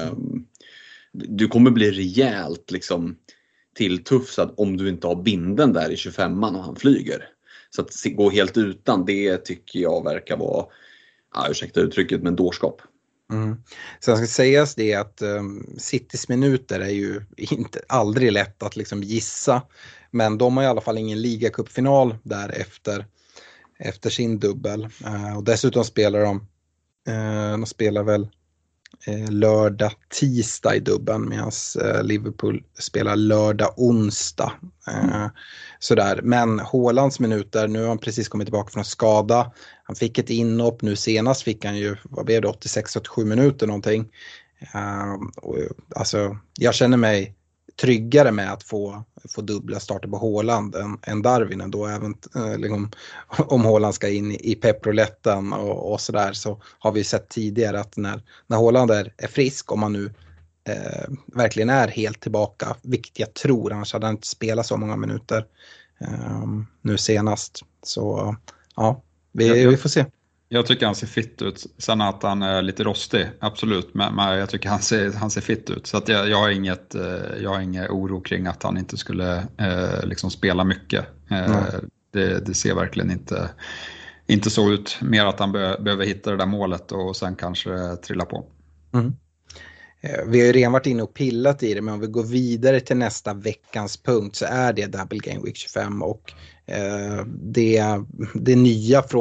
Du kommer bli rejält liksom tilltufsad om du inte har binden där i 25an och han flyger. Så att gå helt utan, det tycker jag verkar vara, ursäkta uttrycket, men dårskap. Sen ska sägas det att Citys minuter är ju aldrig lätt att liksom gissa, men de har i alla fall ingen ligacupfinal där efter sin dubbel, och dessutom spelar de spelar väl lördag, tisdag i dubben, medan Liverpool spelar lördag, onsdag. Sådär. Men Haalands minuter, nu har han precis kommit tillbaka från skada. Han fick ett inhopp, nu senast fick han ju, vad blev det, 86-87 minuter någonting. Alltså, jag känner mig tryggare med att få dubbla starter på Haaland än Darwin ändå, även liksom, om Haaland ska in i pepproletten och sådär, så har vi sett tidigare att när Haaland är frisk, om man nu verkligen är helt tillbaka, vilket jag tror, annars hade han inte spelat så många minuter nu senast, så ja, vi får se. Jag tycker han ser fit ut. Sen att han är lite rostig, absolut. Men jag tycker han ser fit ut. Så att jag har inget oro kring att han inte skulle liksom spela mycket. Det ser verkligen inte så ut. Mer att han behöver hitta det där målet och sen kanske trilla på. Vi har ju redan varit inne och pillat i det, men om vi går vidare till nästa veckans punkt, så är det Double Game Week 25. Och det nya från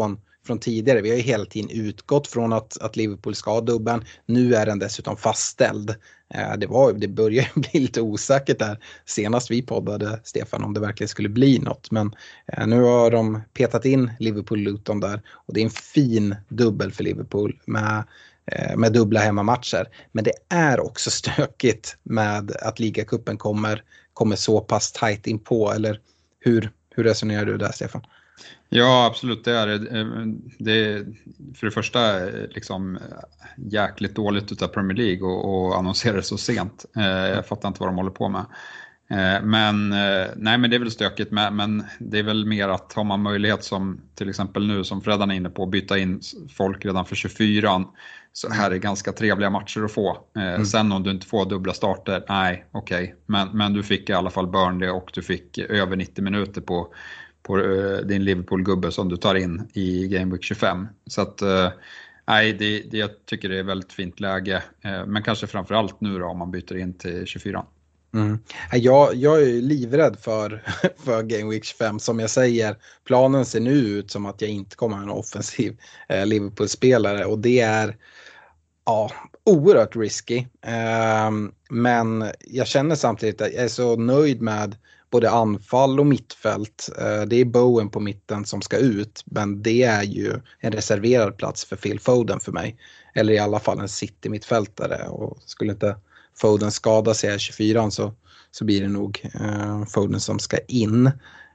från tidigare. Vi har ju hela tiden utgått från att Liverpool ska ha dubben. Nu är den dessutom fastställd. Det börjar bli lite osäkert där senast vi poddade, Stefan, om det verkligen skulle bli något. Men nu har de petat in Liverpool-Luton där och det är en fin dubbel för Liverpool med dubbla hemmamatcher. Men det är också stökigt med att ligacupen kommer så pass tajt in på. Eller hur resonerar du där, Stefan? Ja, absolut, det är det. Det är för det första liksom jäkligt dåligt utav Premier League och annonsera det så sent. Jag fattar inte vad de håller på med. Men det är väl stökigt, men det är väl mer att har man möjlighet som till exempel nu som Freddan är inne på, byta in folk redan för 24, så här är ganska trevliga matcher att få. Sen om du inte får dubbla starter, okej. Men du fick i alla fall Burnley och du fick över 90 minuter på din Liverpool-gubbe som du tar in i Game Week 25. Så att jag tycker det är väldigt fint läge. Men kanske framförallt nu då om man byter in till 24. Jag är livrädd för Game Week 25. Som jag säger, planen ser nu ut som att jag inte kommer ha en offensiv Liverpool-spelare. Och det är oerhört risky. Men jag känner samtidigt att jag är så nöjd med både anfall och mittfält. Det är Bowen på mitten som ska ut. Men det är ju en reserverad plats för Phil Foden för mig. Eller i alla fall en City-mittfältare. Och skulle inte Foden skada sig i 24 så blir det nog Foden som ska in.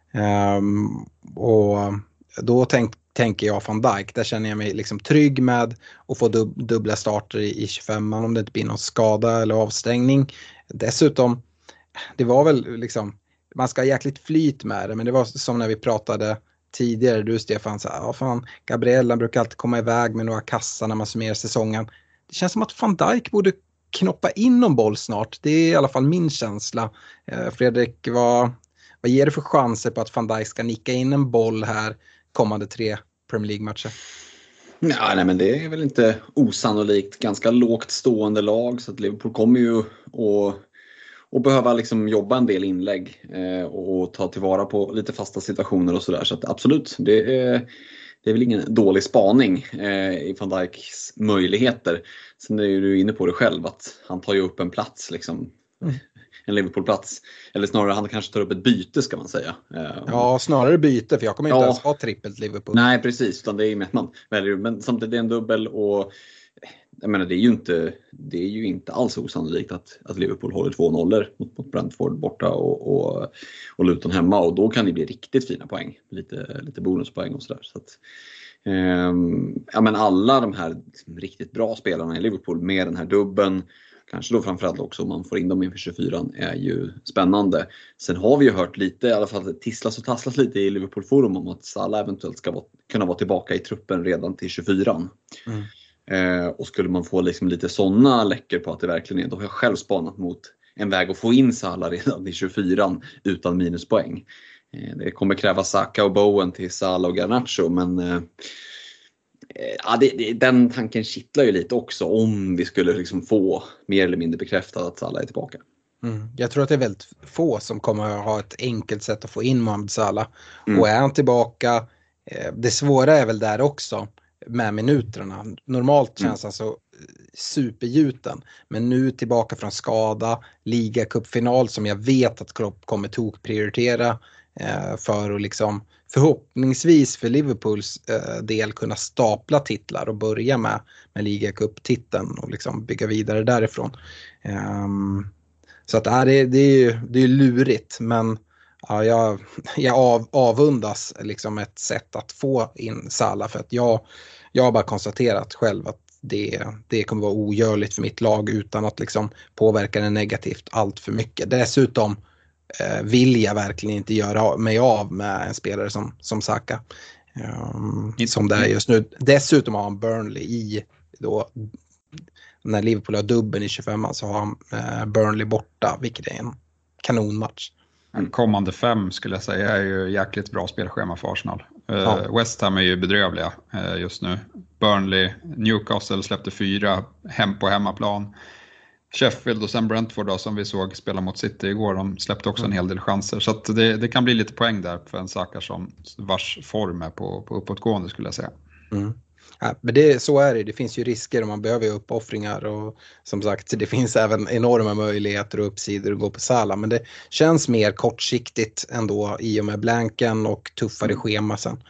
Och då tänker jag Van Dijk. Där känner jag mig liksom trygg med att få dubbla starter i 25 om det inte blir någon skada eller avstängning. Dessutom, det var väl liksom, man ska ha jäkligt flyt med det, men det var som när vi pratade tidigare, du Stefan, Gabriel brukar alltid komma iväg med några kassar när man summerar säsongen. Det känns som att Van Dijk borde knoppa in någon boll snart. Det är i alla fall min känsla. Fredrik, vad ger det för chanser på att Van Dijk ska nicka in en boll här kommande 3 Premier League-matcher? Nej, men det är väl inte osannolikt. Ganska lågt stående lag, så att Liverpool kommer ju och behöva liksom jobba en del inlägg och ta tillvara på lite fasta situationer och sådär. Så att absolut, det är väl ingen dålig spaning i Van Dijks möjligheter. Sen är ju du inne på det själv att han tar ju upp en plats liksom. En Liverpool-plats. Eller snarare han kanske tar upp ett byte, ska man säga. Ja, snarare byte, för jag kommer inte ens ha trippelt Liverpool. Nej, precis. Utan det är med att man väljer. Men samtidigt är det en dubbel och jag menar, det är ju inte alls osannolikt att Liverpool håller 2-0 mot Brentford borta och Luton hemma. Och då kan det bli riktigt fina poäng. Lite bonuspoäng och sådär. Så att, men alla de här riktigt bra spelarna i Liverpool med den här dubben, kanske då framförallt också om man får in dem inför 24, är ju spännande. Sen har vi ju hört lite, i alla fall tisslas och tasslas lite i Liverpool Forum om att Salah eventuellt ska kunna vara tillbaka i truppen redan till 24. Och skulle man få liksom lite sådana läckor på att det verkligen är, då har jag själv spanat mot en väg att få in Salah redan i 24 utan minuspoäng. Det kommer kräva Saka och Bowen till Salah och Garnacho, men den tanken kittlar ju lite också om vi skulle liksom få mer eller mindre bekräftat att Salah är tillbaka. Jag tror att det är väldigt få som kommer att ha ett enkelt sätt att få in Mohamed Salah. Och är han tillbaka, det svåra är väl där också med minuterna. Normalt känns han så supergjuten, men nu tillbaka från skada, ligacupfinal som jag vet att Klopp kommer prioritera för att liksom förhoppningsvis för Liverpools del kunna stapla titlar och börja med ligacup-titeln och liksom bygga vidare därifrån. Så att det är lurigt, men ja, jag avundas liksom ett sätt att få in Salah, för att jag har bara konstaterat själv att det kommer vara ogörligt för mitt lag utan att liksom påverka det negativt allt för mycket. Dessutom vill jag verkligen inte göra mig av med en spelare som Saka. Som det är just nu. Dessutom har han Burnley i då, när Liverpool har dubben i 25, så har han Burnley borta, vilket är en kanonmatch. Kommande 5 skulle jag säga är ju jäkligt bra spelschema för Arsenal. West Ham är ju bedrövliga just nu. Burnley, Newcastle släppte 4 hem på hemmaplan. Sheffield och sen Brentford då, som vi såg spela mot City igår, de släppte också en hel del chanser. Så att det kan bli lite poäng där för en Saka vars form är på uppåtgående, skulle jag säga. Ja, men så är det. Det finns ju risker och man behöver ju uppoffringar och som sagt det finns även enorma möjligheter och uppsidor att gå på Salah, men det känns mer kortsiktigt ändå i och med blanken och tuffare schema sen.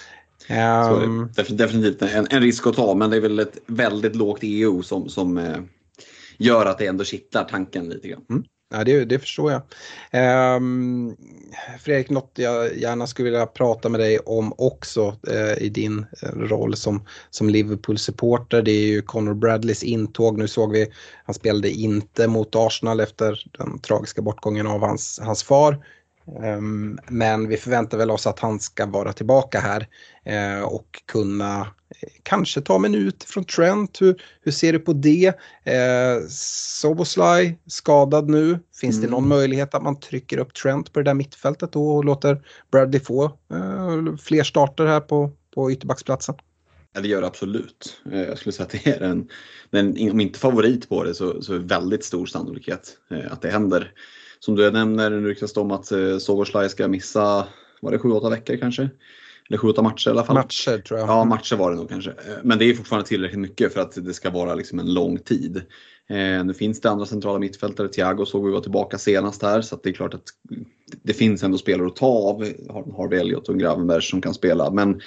Så definitivt en risk att ta, men det är väl ett väldigt lågt EU som gör att det ändå kittlar tanken lite grann. Ja, det förstår jag. Fredrik, något jag gärna skulle vilja prata med dig om också i din roll som Liverpool-supporter. Det är ju Conor Bradleys intåg. Nu såg vi, han spelade inte mot Arsenal efter den tragiska bortgången av hans far. Men vi förväntar väl oss att han ska vara tillbaka här och kunna kanske ta minut från Trent. Hur ser du på det? Szoboszlai skadad nu. Finns det någon möjlighet att man trycker upp Trent på det där mittfältet då och låter Bradley få fler starter här på ytterbacksplatsen? Ja, det gör det absolut. Jag skulle säga att det är om inte favorit på det så är väldigt stor sannolikhet att det händer. Som du nämner, nu ryktas det om att Szoboszlai ska missa, var det 7-8 veckor kanske? Eller 7-8 matcher i alla fall. Matcher tror jag. Ja, matcher var det nog kanske. Men det är fortfarande tillräckligt mycket för att det ska vara liksom en lång tid. Nu finns det andra centrala mittfältare. Thiago såg vi var tillbaka senast här. Så att det är klart att det finns ändå spelare att ta av. Harvey Elliott och Gravenberg som kan spela. Men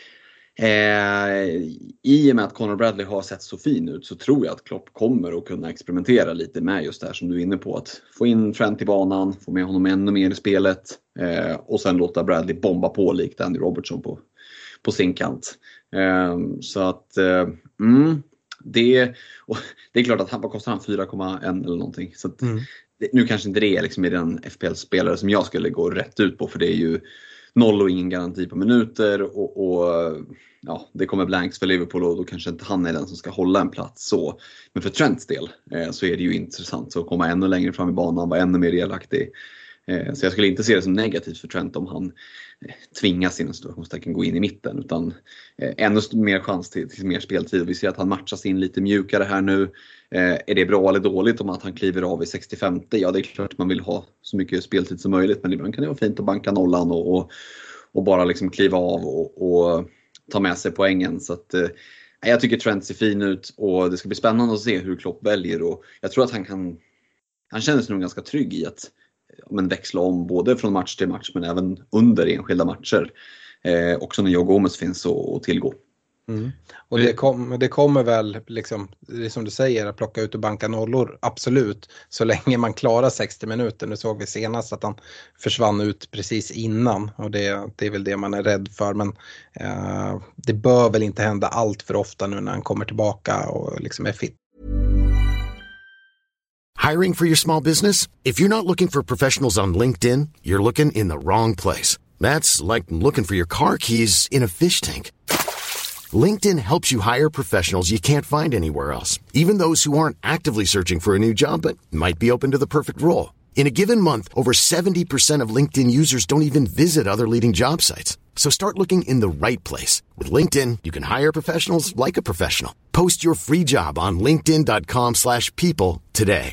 i och med att Conor Bradley har sett så fin ut så tror jag att Klopp kommer att kunna experimentera lite med just det här som du är inne på. Att få in Trent i banan, få med honom ännu mer i spelet och sen låta Bradley bomba på likt Andy Robertson på sin kant. Så att det är klart att vad kostar han 4,1 eller någonting. Så att, nu kanske inte det är liksom den FPL-spelare som jag skulle gå rätt ut på, för det är ju 0 och ingen garanti på minuter och ja, det kommer blanks för Liverpool och då kanske inte han är den som ska hålla en plats så. Men för Trents del så är det ju intressant att komma ännu längre fram i banan, vara ännu mer delaktig. Så jag skulle inte se det som negativt för Trent om han tvingas i en situationstecken gå in i mitten, utan ännu mer chans till mer speltid. Vi ser att han matchas in lite mjukare här nu. Är det bra eller dåligt om att han kliver av i 65? Ja, det är klart att man vill ha så mycket speltid som möjligt, men ibland kan det vara fint att banka nollan och bara liksom kliva av och ta med sig poängen. Så att jag tycker Trent ser fin ut och det ska bli spännande att se hur Klopp väljer, och jag tror att han känner sig nog ganska trygg i att växla om både från match till match men även under enskilda matcher. Också när Joe Gomez finns att tillgå. Och det kommer väl liksom, det är som du säger, att plocka ut och banka nollor, absolut, så länge man klarar 60 minuter. Nu såg vi senast att han försvann ut precis innan och det är väl det man är rädd för, men det bör väl inte hända allt för ofta nu när han kommer tillbaka och liksom är fit. Hiring for your small business? If you're not looking for professionals on LinkedIn, you're looking in the wrong place. That's like looking for your car keys in a fish tank. LinkedIn helps you hire professionals you can't find anywhere else, even those who aren't actively searching for a new job but might be open to the perfect role. In a given month, over 70% of LinkedIn users don't even visit other leading job sites. So start looking in the right place. With LinkedIn, you can hire professionals like a professional. Post your free job on linkedin.com/people today.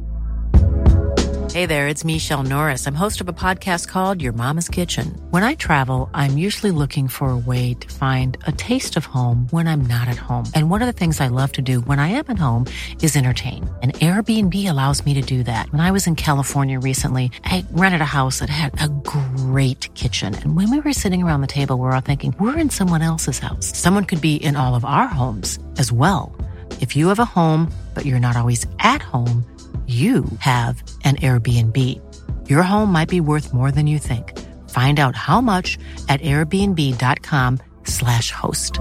Hey there, it's Michelle Norris. I'm host of a podcast called Your Mama's Kitchen. When I travel, I'm usually looking for a way to find a taste of home when I'm not at home. And one of the things I love to do when I am at home is entertain. And Airbnb allows me to do that. When I was in California recently, I rented a house that had a great kitchen. And when we were sitting around the table, we were all thinking, we're in someone else's house. Someone could be in all of our homes as well. If you have a home, but you're not always at home, you have an Airbnb. Your home might be worth more than you think. Find out how much at airbnb.com/host.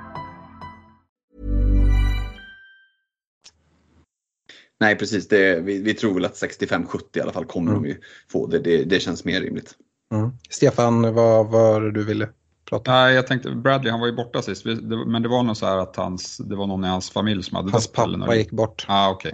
Nej, precis. Vi tror väl att 65-70 i alla fall kommer de ju få. Det känns mer rimligt. Stefan, vad var det du ville prata om? Nej, jag tänkte Bradley, han var ju borta sist. Men det var nog så här att det var någon i hans familj som hade hans pappa gick bort. Okej.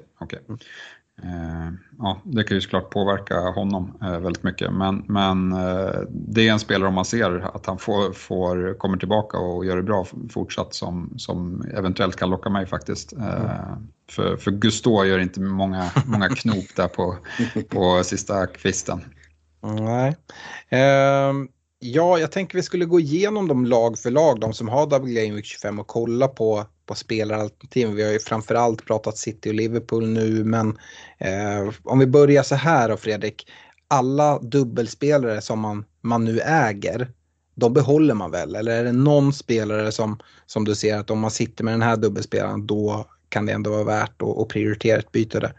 Ja, det kan ju såklart påverka honom väldigt mycket, men det är en spelare om man ser att han kommer tillbaka och gör det bra fortsatt som eventuellt kan locka mig faktiskt. För Gusto gör inte många knop där på sista kvisten. Nej. Ja, jag tänker vi skulle gå igenom dem lag för lag, de som har Double Game Week 25 och kolla på spelaralternativ. Vi har ju framförallt pratat City och Liverpool nu, men om vi börjar så här då, Fredrik. Alla dubbelspelare som man nu äger, de behåller man väl? Eller är det någon spelare som du ser att om man sitter med den här dubbelspelaren, då kan det ändå vara värt att prioritera ett byte där?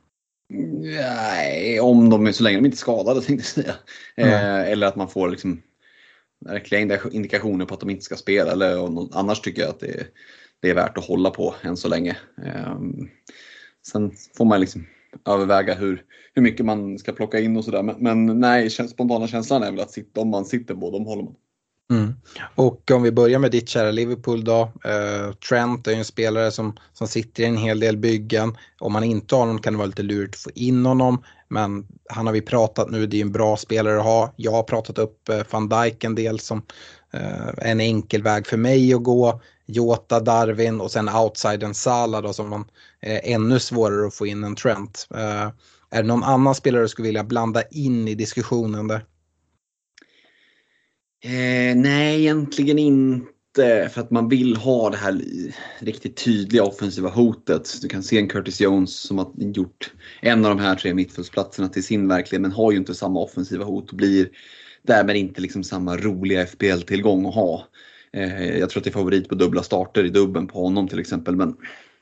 Nej, om de är så länge de inte är skadade, tänkte jag säga. Eller att man får liksom verkliga indikationer på att de inte ska spela. Eller annars tycker jag att det är värt att hålla på än så länge. Sen får man liksom överväga hur mycket man ska plocka in och sådär. Men nej, spontana känslan är väl att om man sitter på dem håller man. Och om vi börjar med ditt kära Liverpool då. Trent är ju en spelare som sitter i en hel del byggen. Om man inte har honom kan det vara lite lurt att få in honom. Men han har vi pratat nu, det är en bra spelare att ha. Jag har pratat upp Van Dijk en del som en enkel väg för mig att gå. Jota, Darwin och sen outsidern Salah då, som man ännu svårare att få in en Trent. Är det någon annan spelare du skulle vilja blanda in i diskussionen där? Nej, egentligen inte. För att man vill ha det här riktigt tydliga offensiva hotet. Du kan se en Curtis Jones som har gjort en av de här 3 mittfältsplatserna till sin verklighet, men har ju inte samma offensiva hot och blir därmed inte liksom samma roliga FPL-tillgång att ha. Jag tror att det är favorit på dubbla starter i dubben på honom till exempel, men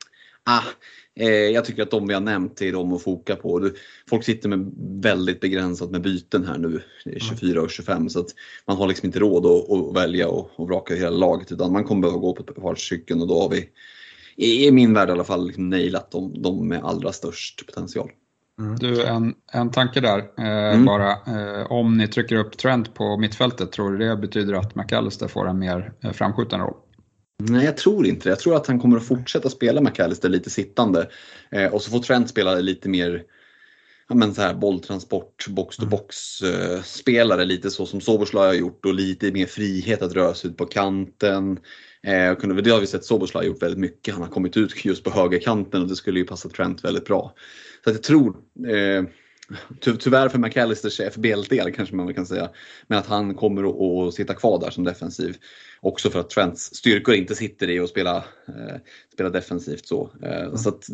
jag tycker att de vi har nämnt är de att foka på. Folk sitter med väldigt begränsat med byten här nu, 24 och 25, så att man har liksom inte råd att välja och vraka hela laget, utan man kommer behöva gå på ett par stycken, och då har vi i min värld i alla fall liksom nailat de med allra störst potential. Du, en tanke där bara. Om ni trycker upp Trent på mittfältet, tror du det betyder att McAllister får en mer framskjuten roll? Nej, jag tror inte det. Jag tror att han kommer att fortsätta spela McAllister lite sittande. Och så får Trent spela lite mer så här, bolltransport, box-to-box spelare, lite så som Szoboszlai har gjort, och lite mer frihet att röra sig ut på kanten. Det har vi sett Szoboszlai gjort väldigt mycket. Han har kommit ut just på högerkanten, och det skulle ju passa Trent väldigt bra. Så att jag tror, tyvärr för McAllisters FBL-del kanske man kan säga, men att han kommer att sitta kvar där som defensiv. Också för att Trents styrkor inte sitter i att spela defensivt så. Så att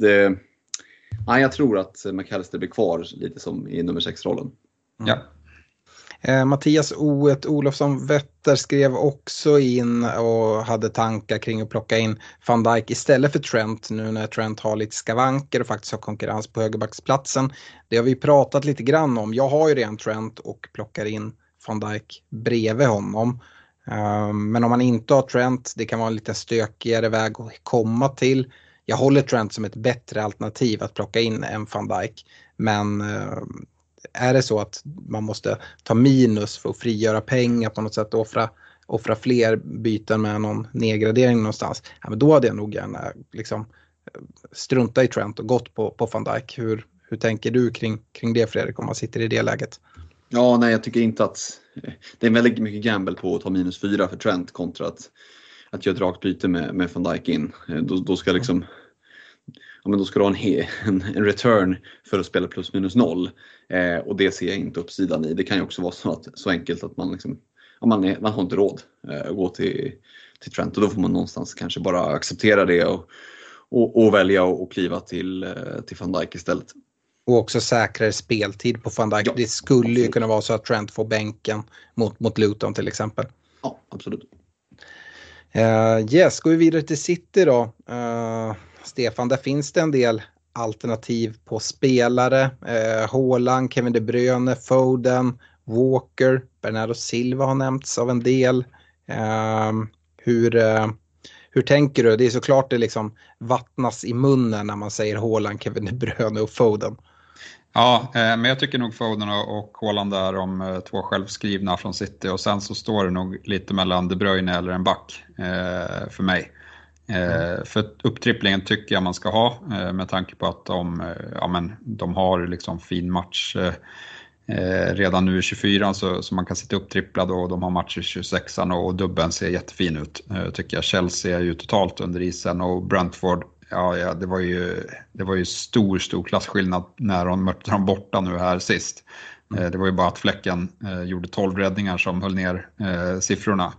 jag tror att McAllister blir kvar lite som i nummer 6-rollen. Ja. Mattias Olofsson Wetter skrev också in och hade tankar kring att plocka in Van Dijk istället för Trent nu när Trent har lite skavanker och faktiskt har konkurrens på högerbacksplatsen. Det har vi pratat lite grann om. Jag har ju redan Trent och plockar in Van Dijk bredvid honom. Men om man inte har Trent, det kan vara en lite stökigare väg att komma till. Jag håller Trent som ett bättre alternativ att plocka in än Van Dijk. Men är det så att man måste ta minus för att frigöra pengar på något sätt och offra fler byten med någon nedgradering någonstans, men då hade jag nog gärna liksom strunta i Trent och gått på Van Dijk. Hur tänker du kring det, Fredrik, om man sitter i det läget? Ja, nej, jag tycker inte att det är väldigt mycket gamble på att ta -4 för Trent kontra att göra ett rakt byte med Van Dijk in. Då ska liksom då ska du ha en return för att spela +-0. Och det ser jag inte uppsidan i. Det kan ju också vara så enkelt att man liksom, man har inte råd att gå till Trent, och då får man någonstans kanske bara acceptera det och välja att kliva till Van Dijk istället. Och också säkrare speltid på Van Dijk. Ja, det skulle ju kunna vara så att Trent får bänken mot Luton till exempel. Ja, absolut. Går vi vidare till City då. Stefan, där finns det en del alternativ på spelare. Haaland, Kevin De Bruyne, Foden, Walker, Bernardo Silva har nämnts av en del. Hur tänker du? Det är såklart det liksom vattnas i munnen när man säger Haaland, Kevin De Bruyne och Foden. Ja, men jag tycker nog Foden och Haaland är de 2 självskrivna från City, och sen så står det nog lite mellan De Bruyne eller en back för mig. För upptripplingen tycker jag man ska ha, med tanke på att de har liksom fin match redan nu i 24, så man kan sitta upptripplad, och de har match i 26 och dubben ser jättefin ut tycker jag. Chelsea är ju totalt under isen, och Brentford Ja, det var ju stor klasskillnad när de mötte dem borta nu här sist. Det var ju bara att Fläcken gjorde 12 räddningar som höll ner siffrorna.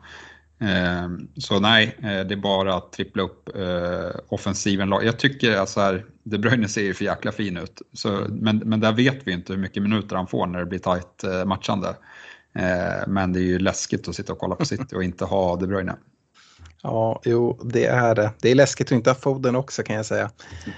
Så nej, det är bara att trippla upp offensiven. Jag tycker alltså här, De Bruyne ser ju för jäkla fin ut. Så, men där vet vi inte hur mycket minuter han får när det blir tajt matchande. Men det är ju läskigt att sitta och kolla på City och inte ha De Bruyne. Ja, jo, det är det. Det är läskigt att inte ha Foden också, kan jag säga.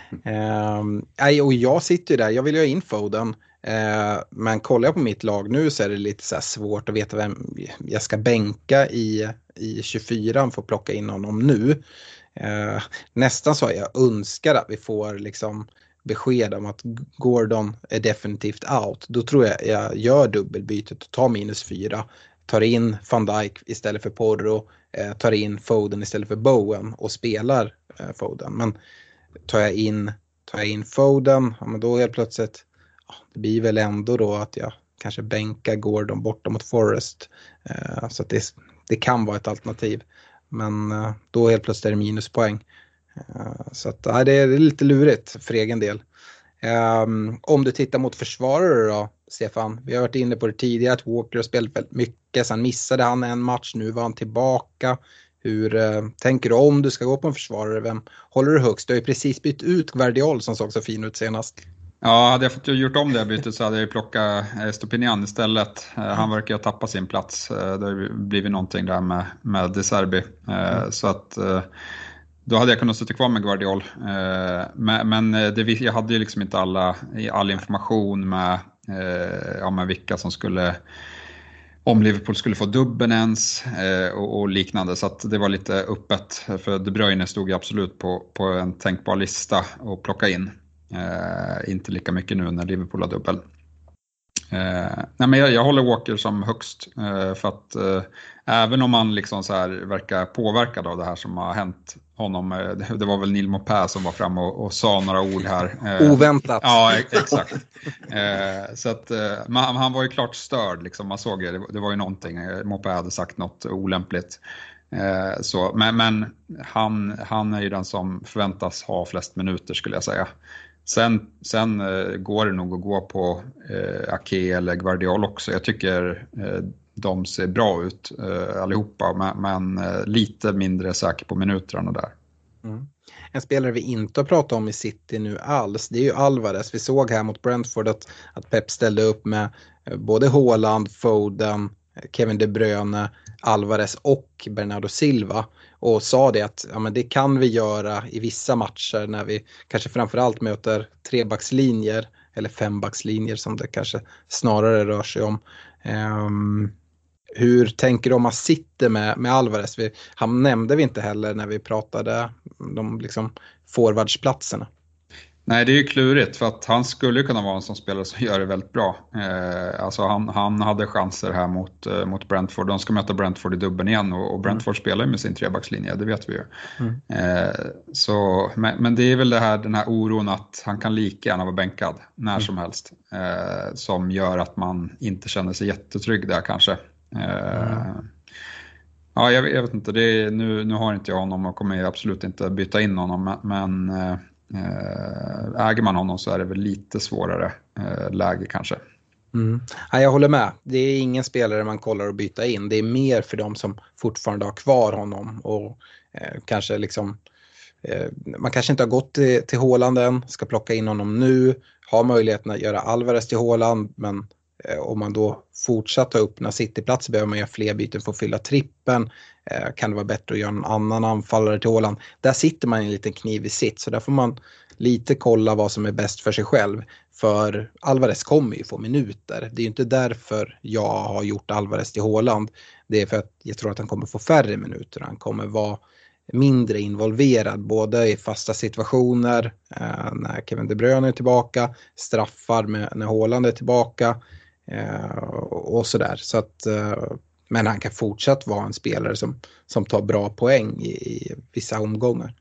Och jag sitter ju där, jag vill ju ha in Foden. Men kollar jag på mitt lag nu så är det lite så här svårt att veta vem jag ska bänka i 24 för att plocka in honom nu. Nästan så jag önskar att vi får liksom besked om att Gordon är definitivt out. Då tror jag gör dubbelbytet och tar -4. Tar in Van Dijk istället för Porro. Tar in Foden istället för Bowen och spelar Foden. Men tar jag in Foden, ja, men då helt plötsligt det blir väl ändå då att jag kanske bänkar Gordon borta mot Forest. Så att det kan vara ett alternativ. Men då helt plötsligt är det minuspoäng. Så att det är lite lurigt för egen del. Om du tittar mot försvarare då, Stefan. Vi har varit inne på det tidigare att Walker har spelat väldigt mycket. Sen missade han en match, nu var han tillbaka. Hur tänker du om du ska gå på en försvarare? Vem håller du högst? Du har ju precis bytt ut Gvardiol som såg så fin ut senast. Ja, hade jag fått gjort om det bytet så hade jag plockat Stupinian istället. Han verkar ha tappat sin plats. Det har blivit någonting där med De Serbi. Så att då hade jag kunnat sitta kvar med Gvardiol. Men jag hade ju liksom inte all information med vilka som skulle, om Liverpool skulle få dubbeln ens och liknande. Så att det var lite öppet. För De Bruyne stod ju absolut på en tänkbar lista att plocka in. Inte lika mycket nu när Liverpool har dubbel. Nej, men jag håller Walker som högst för att även om han liksom så här verkar påverkad av det här som har hänt honom, det var väl Neil Maupay som var fram och sa några ord här. Oväntat. Ja, exakt. Så att han var ju klart störd liksom, man såg det var ju någonting, Maupay hade sagt något olämpligt. Så, men han är ju den som förväntas ha flest minuter skulle jag säga. Sen går det nog att gå på Ake eller Gvardiol också. Jag tycker de ser bra ut allihopa, men lite mindre säker på minuterna där. Mm. En spelare vi inte har pratat om i City nu alls, det är ju Alvarez. Vi såg här mot Brentford att Pep ställde upp med både Haaland, Foden, Kevin De Bruyne, Alvarez och Bernardo Silva och sa det att men det kan vi göra i vissa matcher när vi kanske framförallt möter 3-backslinjer eller 5-backslinjer som det kanske snarare rör sig om. Hur tänker du om att sitta med Alvarez? Han nämnde vi inte heller när vi pratade om liksom forwardsplatserna. Nej, det är ju klurigt för att han skulle kunna vara en sån spelare som gör det väldigt bra. Alltså han hade chanser här mot Brentford. De ska möta Brentford i dubbeln igen och Brentford spelar med sin 3-backslinje, det vet vi ju. Men det är väl den här oron att han kan lika gärna vara bänkad när som helst. Som gör att man inte känner sig jättetrygg där kanske. Ja, jag vet inte. Nu har inte jag honom och kommer absolut inte byta in honom, men äger man honom så är det väl lite svårare läge kanske. Ja, jag håller med. Det är ingen spelare man kollar att byta in. Det är mer för de som fortfarande har kvar honom och kanske liksom man kanske inte har gått till Haaland än, ska plocka in honom nu, har möjligheten att göra Alvarez till Haaland, men om man då fortsätter öppna Cityplats behöver man göra fler byten för att fylla trippen. Kan det vara bättre att göra en annan anfallare till Haaland? Där sitter man i en liten kniv i sitt, så där får man lite kolla vad som är bäst för sig själv. För Alvarez kommer ju få minuter. Det är ju inte därför jag har gjort Alvarez till Haaland. Det är för att jag tror att han kommer få färre minuter. Han kommer vara mindre involverad både i fasta situationer när Kevin De Bruyne är tillbaka, straffar när Haaland är tillbaka och sådär. Så att, men han kan fortsatt vara en spelare som tar bra poäng i vissa omgångar.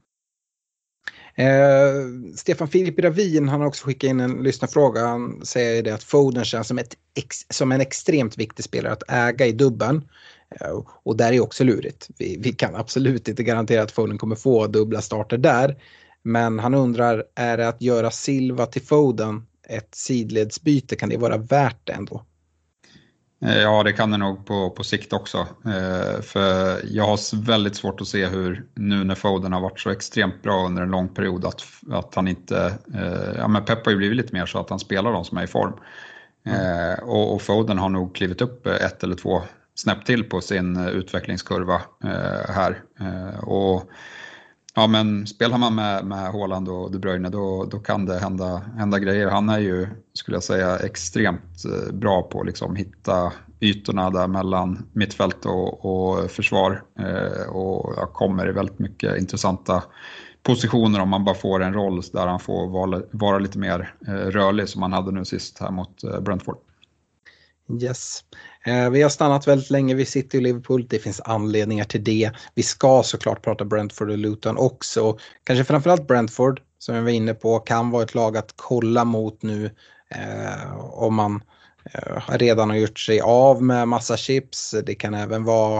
Stefan Filip Ravin, han har också skickat in en lyssnarfråga. Han säger det att Foden känns som en extremt viktig spelare att äga i dubben. Och där är också lurigt. Vi kan absolut inte garantera att Foden kommer få dubbla starter där. Men han undrar, är det att göra Silva till Foden ett sidledsbyte? Kan det vara värt det ändå? Ja, det kan det nog på sikt också. För jag har väldigt svårt att se hur nu när Foden har varit så extremt bra under en lång period att han inte... men Pep har ju blivit lite mer så att han spelar de som är i form. Och Foden har nog klivit upp 1 eller 2 snäpp till på sin utvecklingskurva här. Och ja, men spelar man med Haaland och De Bruyne då kan det hända grejer. Han är ju, skulle jag säga, extremt bra på att liksom hitta ytorna där mellan mittfält och försvar. Och jag kommer i väldigt mycket intressanta positioner om man bara får en roll där han får vara lite mer rörlig som han hade nu sist här mot Brentford. Yes. Vi har stannat väldigt länge vid City och Liverpool. Det finns anledningar till det. Vi ska såklart prata Brentford och Luton också. Kanske framförallt Brentford, som jag var inne på, kan vara ett lag att kolla mot nu om man redan har gjort sig av med massa chips. Det kan även vara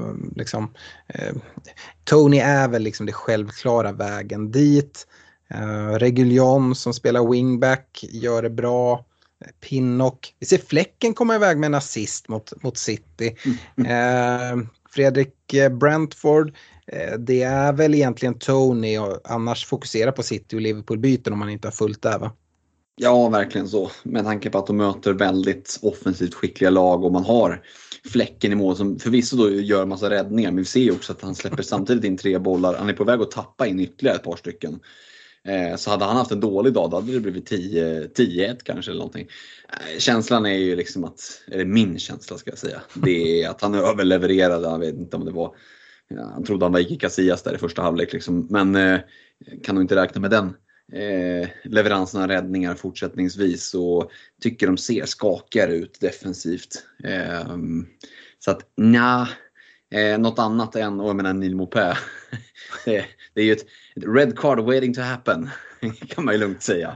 Tony är väl liksom det självklara vägen dit. Reguljon som spelar wingback gör det bra. Pinnock. Vi ser Fläcken komma iväg med en assist mot City. Fredrik Brentford. Det är väl egentligen Tony och annars fokusera på City och Liverpool-byten om man inte har fullt där, va? Ja, verkligen så. Med tanke på att de möter väldigt offensivt skickliga lag och man har Fläcken i mål som förvisso då gör en massa räddningar. Men vi ser ju också att han släpper samtidigt in 3 bollar. Han är på väg att tappa in ytterligare ett par stycken. Så hade han haft en dålig dag, då hade det blivit 10-1 kanske eller någonting. Känslan är ju liksom att, eller min känsla ska jag säga, det är att han överlevererade. Jag vet inte om det var, han trodde han var Iker Casillas där i första halvlek liksom. Men kan nog inte räkna med den leveransen av räddningar fortsättningsvis, och tycker de ser skakigare ut defensivt. Så att något annat än, och jag menar Neil Maupay. Det är ju ett red card waiting to happen, kan man ju lugnt säga.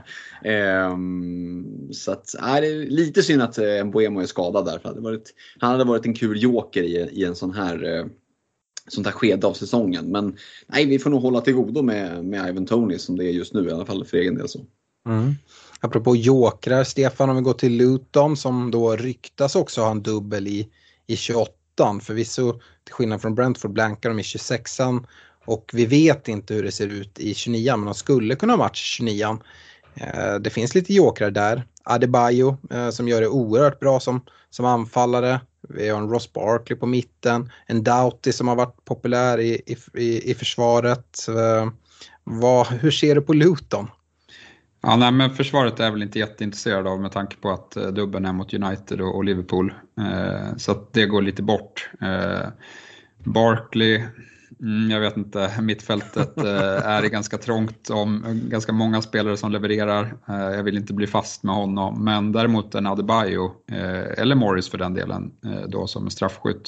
Så att det är lite synd att Mbeumo är skadad där, för han hade varit en kul joker i en sånt här skede av säsongen. Men nej, vi får nog hålla till godo med Ivan Toney som det är just nu, i alla fall för egen del så. Apropå jokrar, Stefan, om vi går till Luton som då ryktas också ha en dubbel i 28. Förvisso till skillnad från Brentford blankar de i 26an. Och vi vet inte hur det ser ut i 29, men de skulle kunna matcha 29. Det finns lite jokrar där. Adebayo som gör det oerhört bra som anfallare. Vi har en Ross Barkley på mitten. En Doughty som har varit populär i försvaret. Hur ser du på Luton? Ja, nej, men försvaret är jag väl inte jätteintresserad av med tanke på att dubben är mot United och Liverpool. Så att det går lite bort. Barkley... jag vet inte, mittfältet är det ganska trångt om ganska många spelare som levererar. Jag vill inte bli fast med honom, men däremot en Adebayo eller Morris för den delen då som straffskytt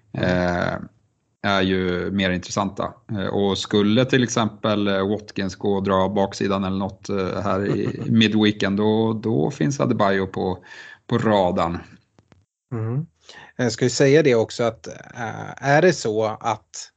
är ju mer intressanta. Och skulle till exempel Watkins gå och dra baksidan eller något här i midweekend, då finns Adebayo på radarn. Jag ska ju säga det också att är det så att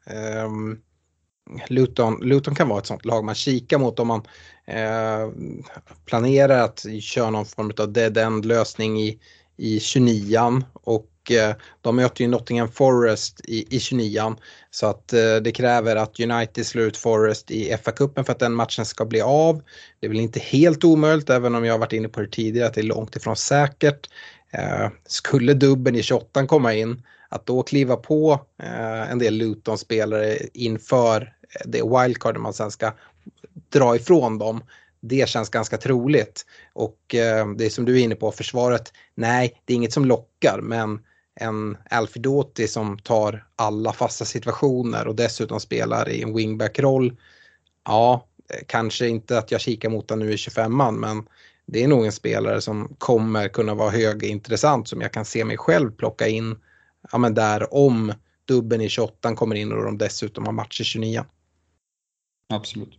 Luton kan vara ett sånt lag man kikar mot om man planerar att köra någon form av dead end lösning i 29an, och de möter ju Nottingham Forest i 29an, så att det kräver att United slår ut Forest i FA-cupen för att den matchen ska bli av. Det är väl inte helt omöjligt, även om jag har varit inne på det tidigare att det är långt ifrån säkert. Skulle dubben i 28 komma in, att då kliva på en del Luton-spelare inför det wildcard man sen ska dra ifrån dem, det känns ganska troligt. Och det är som du är inne på, försvaret, nej, det är inget som lockar, men en Alfie Doughty som tar alla fasta situationer och dessutom spelar i en wingback-roll, ja, kanske inte att jag kikar mot den nu i 25an, men det är nog en spelare som kommer kunna vara högintressant, som jag kan se mig själv plocka in där om dubben i 28 kommer in och de dessutom har match i 29. Absolut.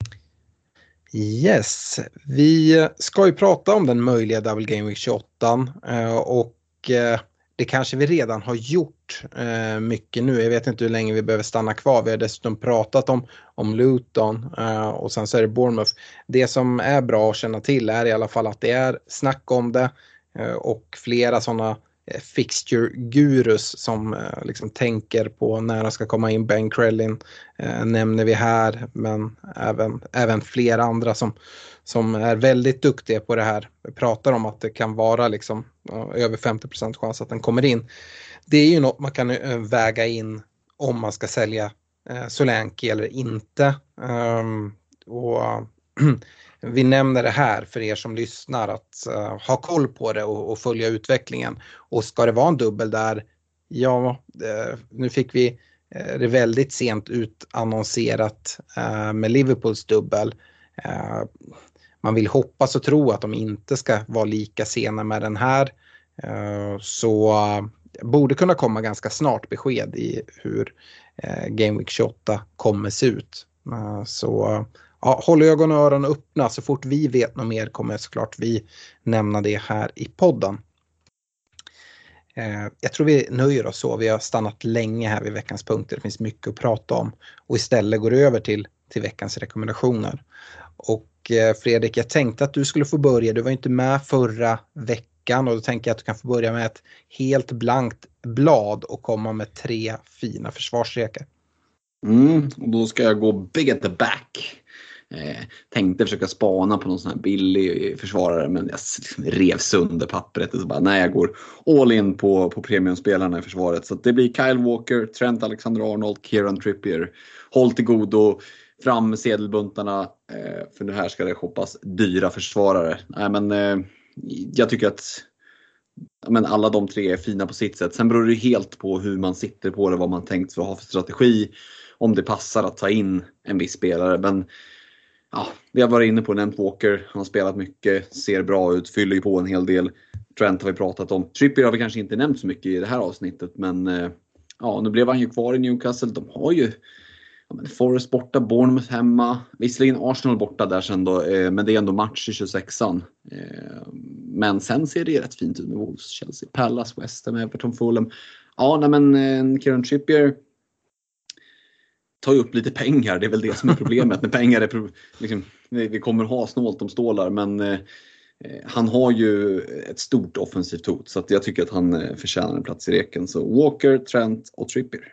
Yes, vi ska ju prata om den möjliga Double Game Week 28 och det kanske vi redan har gjort mycket nu. Jag vet inte hur länge vi behöver stanna kvar. Vi har dessutom pratat om Luton och sen så är det Bournemouth. Det som är bra att känna till är i alla fall att det är snack om det och flera sådana fixture-gurus som liksom tänker på när det ska komma in. Ben Crellin nämner vi här, men även flera andra som är väldigt duktiga på det här. Vi pratar om att det kan vara liksom över 50% chans att den kommer in. Det är ju något man kan väga in om man ska sälja Solanke eller inte. Och vi nämner det här för er som lyssnar att ha koll på det och följa utvecklingen. Och ska det vara en dubbel där, ja, nu fick vi det väldigt sent utannonserat med Liverpools dubbel. Man vill hoppas och tro att de inte ska vara lika sena med den här. Så borde kunna komma ganska snart besked i hur Game Week 28 kommer se ut. Så ja, håll ögon och öron öppna. Så fort vi vet något mer kommer såklart vi nämna det här i podden. Jag tror vi nöjer oss så. Vi har stannat länge här vid veckans punkter. Det finns mycket att prata om. Och istället går över till veckans rekommendationer. Och Fredrik, jag tänkte att du skulle få börja. Du var inte med förra veckan och då tänker jag att du kan få börja med ett helt blankt blad och komma med 3 fina försvarsrekar. Och då ska jag gå big at the back. Tänkte försöka spana på någon sån här billig försvarare, men jag rev sönder pappret och så bara, nej, jag går all in på premiumspelarna i försvaret. Så det blir Kyle Walker, Trent Alexander-Arnold, Kieran Trippier. Håll till godo, fram med sedelbuntarna, för nu här ska det shoppas dyra försvarare. Nej, men jag tycker att alla de 3 är fina på sitt sätt. Sen beror det helt på hur man sitter på det, vad man tänkt för att ha för strategi, om det passar att ta in en viss spelare. Men ja, vi har varit inne på nämnt Walker, han har spelat mycket, ser bra ut, fyller ju på en hel del. Trent har vi pratat om. Trippier har vi kanske inte nämnt så mycket i det här avsnittet, men ja, nu blev han ju kvar i Newcastle. De har ju Forest borta, Bournemouth hemma, visserligen Arsenal borta där sen då, men det är ändå match i 26an. Men sen ser det rätt fint ut med Wolves, Chelsea, Palace, West Ham, Everton, Fulham. Ja, nej, men Kieran Trippier tar ju upp lite pengar, det är väl det som är problemet. Med pengar är liksom, vi kommer ha snålt om stålar, men han har ju ett stort offensivt hot, så att jag tycker att han förtjänar en plats i reken. Så Walker, Trent och Trippier.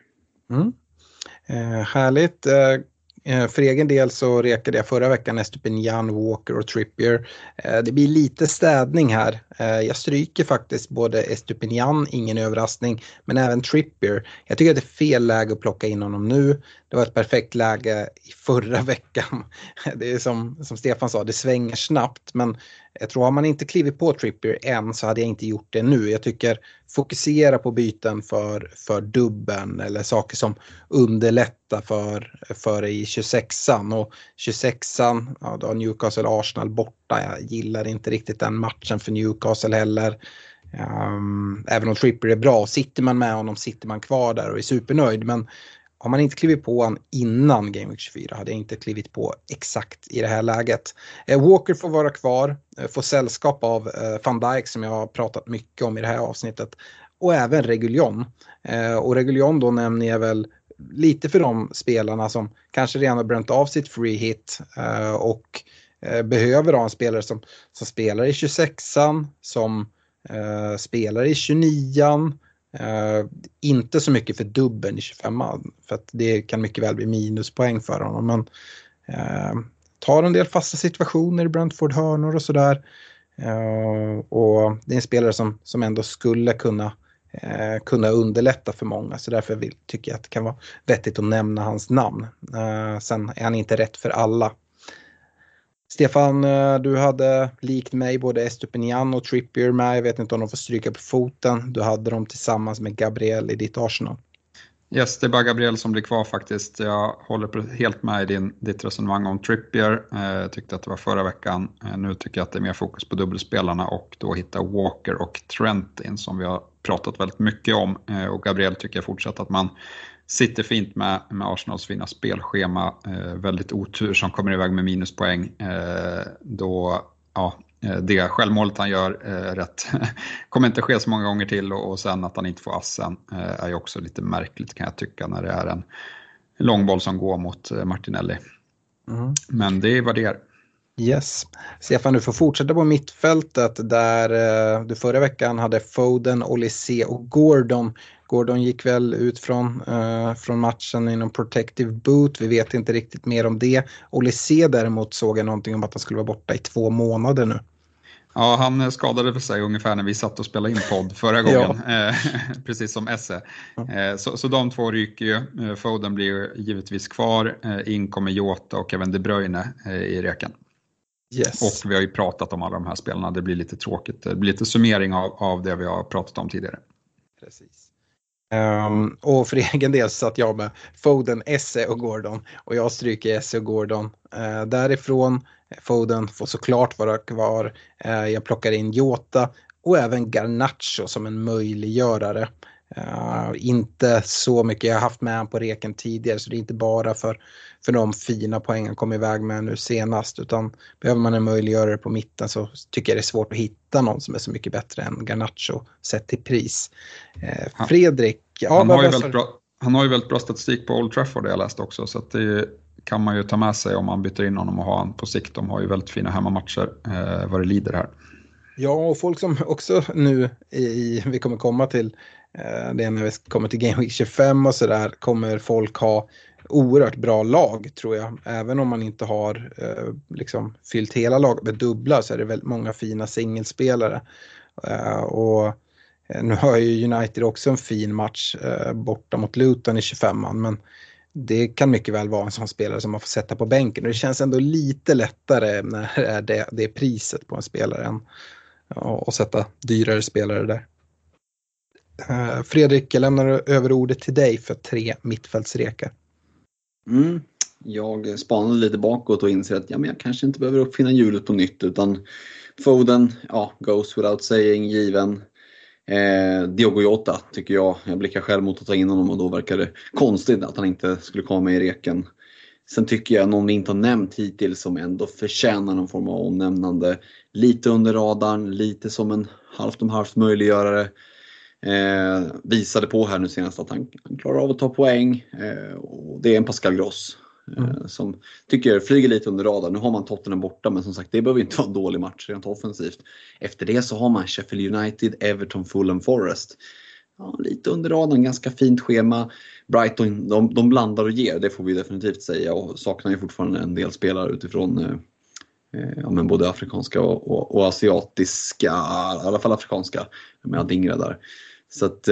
Härligt. För egen del så rekade jag förra veckan Estupinian, Walker och Trippier. Det blir lite städning här. Jag stryker faktiskt både Estupinian, ingen överraskning, men även Trippier. Jag tycker att det är fel läge att plocka in honom nu. Det var ett perfekt läge i förra veckan. Det är som Stefan sa, det svänger snabbt, men jag tror att man inte klivit på Trippier än så hade jag inte gjort det nu. Jag tycker fokusera på byten för dubben eller saker som underlättar för i 26an. Och 26an, ja, då har Newcastle Arsenal borta. Jag gillar inte riktigt den matchen för Newcastle heller. Även om Trippier är bra, sitter man med honom sitter man kvar där och är supernöjd. Men har man inte klivit på han innan Game Week 24 hade jag inte klivit på exakt i det här läget. Walker får vara kvar, får sällskap av Van Dijk som jag har pratat mycket om i det här avsnittet. Och även Reguilón. Och Reguilón då nämner jag väl lite för de spelarna som kanske redan har bränt av sitt free hit och behöver ha en spelare som spelar i 26an, som spelar i 29an. Inte så mycket för dubben i 25an, för att det kan mycket väl bli minuspoäng för honom, men tar en del fasta situationer i Brentford hörnor och sådär, och det är en spelare som ändå skulle kunna underlätta för många, så därför tycker jag att det kan vara vettigt att nämna hans namn. Sen är han inte rätt för alla. Stefan, du hade likt mig både Estupinian och Trippier med. Jag vet inte om de får stryka på foten. Du hade dem tillsammans med Gabriel i ditt Arsenal. Yes, det är bara Gabriel som blir kvar faktiskt. Jag håller helt med i ditt resonemang om Trippier. Jag tyckte att det var förra veckan. Nu tycker jag att det är mer fokus på dubbelspelarna och då hitta Walker och Trent in som vi har pratat väldigt mycket om. Och Gabriel tycker jag fortsatt att man sitter fint med Arsenals fina spelschema. Väldigt otur som kommer iväg med minuspoäng. Då, ja, det självmålet han gör rätt kommer inte ske så många gånger till, och sen att han inte får assen är ju också lite märkligt kan jag tycka, när det är en lång boll som går mot Martinelli. Men det är vad det är. Yes. Stefan, du får fortsätta på mittfältet där du förra veckan hade Foden, Olise och Gordon. Gordon gick väl ut från matchen inom protective boot. Vi vet inte riktigt mer om det. Olise däremot såg jag någonting om att han skulle vara borta i 2 månader nu. Ja, han skadade för sig ungefär när vi satt och spelade in podd förra gången, precis som Esse. Så de 2 ryker ju. Foden blir ju givetvis kvar. In kommer Jota och även De Bruyne i reken. Yes. Och vi har ju pratat om alla de här spelarna. Det blir lite tråkigt. Det blir lite summering av det vi har pratat om tidigare. Precis. Och för egen del satt jag med Foden, Esse och Gordon. Och jag stryker Esse och Gordon. Därifrån Foden får såklart vara kvar. Jag plockar in Jota och även Garnacho som en möjliggörare. Inte så mycket, jag har haft med han på reken tidigare, så det är inte bara för de fina poängen kom iväg med nu senast, utan behöver man en möjliggörare på mitten så tycker jag det är svårt att hitta någon som är så mycket bättre än Garnacho sett till pris. Fredrik, han har ju väldigt bra statistik på Old Trafford, jag läst också, så att det kan man ju ta med sig om man byter in honom och har han på sikt. De har ju väldigt fina hemmamatcher vad det lider här. Ja, och folk som också nu vi kommer komma till det när vi kommer till Game Week 25 och sådär, kommer folk ha oerhört bra lag tror jag. Även om man inte har liksom fyllt hela laget med dubbla, så är det väldigt många fina singelspelare. Och nu har ju United också en fin match borta mot Luton i 25an, men det kan mycket väl vara en sån spelare som man får sätta på bänken. Och det känns ändå lite lättare när det är priset på en spelare än att sätta dyrare spelare där. Fredrik, jag lämnar över ordet till dig för 3 mittfältsrekar. Jag spanade lite bakåt och inser att men jag kanske inte behöver uppfinna hjulet på nytt, utan Foden, goes without saying, given. Diogo Jota tycker jag blickar själv mot att ta in honom, och då verkar det konstigt att han inte skulle komma med i reken. Sen tycker jag någon vi inte har nämnt hittills som ändå förtjänar någon form av omnämnande. Lite under radarn, lite som en halvt om halvt möjliggörare. Visade på här nu senast att han klarar av att ta poäng. Och det är en Pascal Gross som tycker flyger lite under radarn. Nu har man Tottenham borta, men som sagt det behöver inte vara en dålig match rent offensivt. Efter det så har man Sheffield United, Everton, Fulham, Forest. Ja, lite under radarn, ganska fint schema. Brighton, de blandar och ger, det får vi definitivt säga, och saknar ju fortfarande en del spelare utifrån men både afrikanska och asiatiska, i alla fall afrikanska med Adingra där. Så att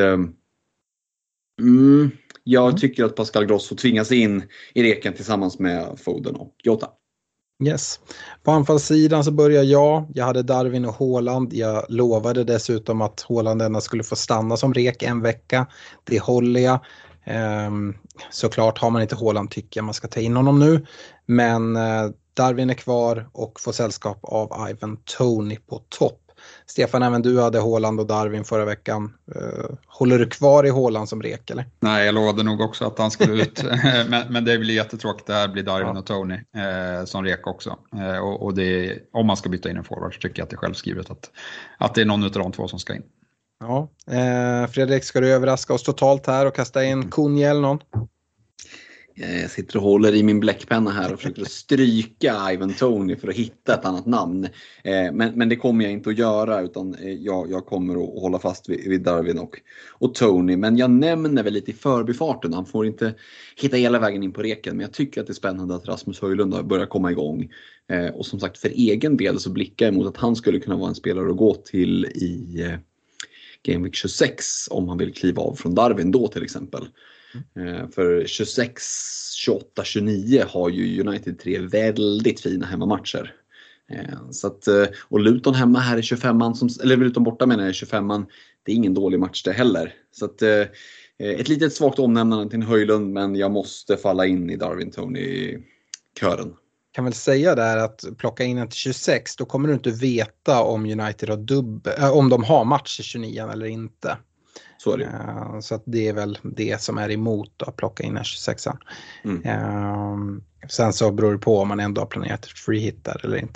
jag tycker att Pascal Gross får tvingas in i reken tillsammans med Foden och Jota. Yes. På anfallssidan så börjar jag hade Darwin och Haaland. Jag lovade dessutom att Haaland endast skulle få stanna som rek en vecka. Det håller jag. Såklart har man inte Haaland tycker jag man ska ta in honom nu. Men Darwin är kvar och får sällskap av Ivan Toney på topp. Stefan, även du hade Haaland och Darwin förra veckan. Håller du kvar i Haaland som rek eller? Nej, jag lovade nog också att han skulle ut. men det blir jättetråkigt. Det här blir Darwin och Toney som rek också. Och det, om man ska byta in en forward så tycker jag att det är självskrivet att det är någon av de 2 som ska in. Ja, Fredrik, ska du överraska oss totalt här och kasta in Kunja eller någon? Jag sitter och håller i min bläckpenna här och försöker stryka Ivan Toney för att hitta ett annat namn. Men det kommer jag inte att göra, utan jag kommer att hålla fast vid Darwin och Toney. Men jag nämner väl lite i förbifarten. Han får inte hitta hela vägen in på reken. Men jag tycker att det är spännande att Rasmus Højlund har börjat komma igång. Och som sagt, för egen del så blickar jag mot att han skulle kunna vara en spelare att gå till i Game Week 26 om han vill kliva av från Darwin då till exempel. För 26, 28, 29 har ju United 3 väldigt fina hemmamatcher. Så att, och Luton hemma här i 25an, eller Luton borta menar jag i 25an, det är ingen dålig match det heller. Så att, ett litet svagt omnämnande till Højlund, men jag måste falla in i Darwin Toney-kören. Kan väl säga där att plocka in en till 26, då kommer du inte veta om United har om de har match i 29 eller inte. Så är det. Så att det är väl det som är emot att plocka in en 26an. Sen så beror det på om man ändå har planerat ett free hit där eller inte.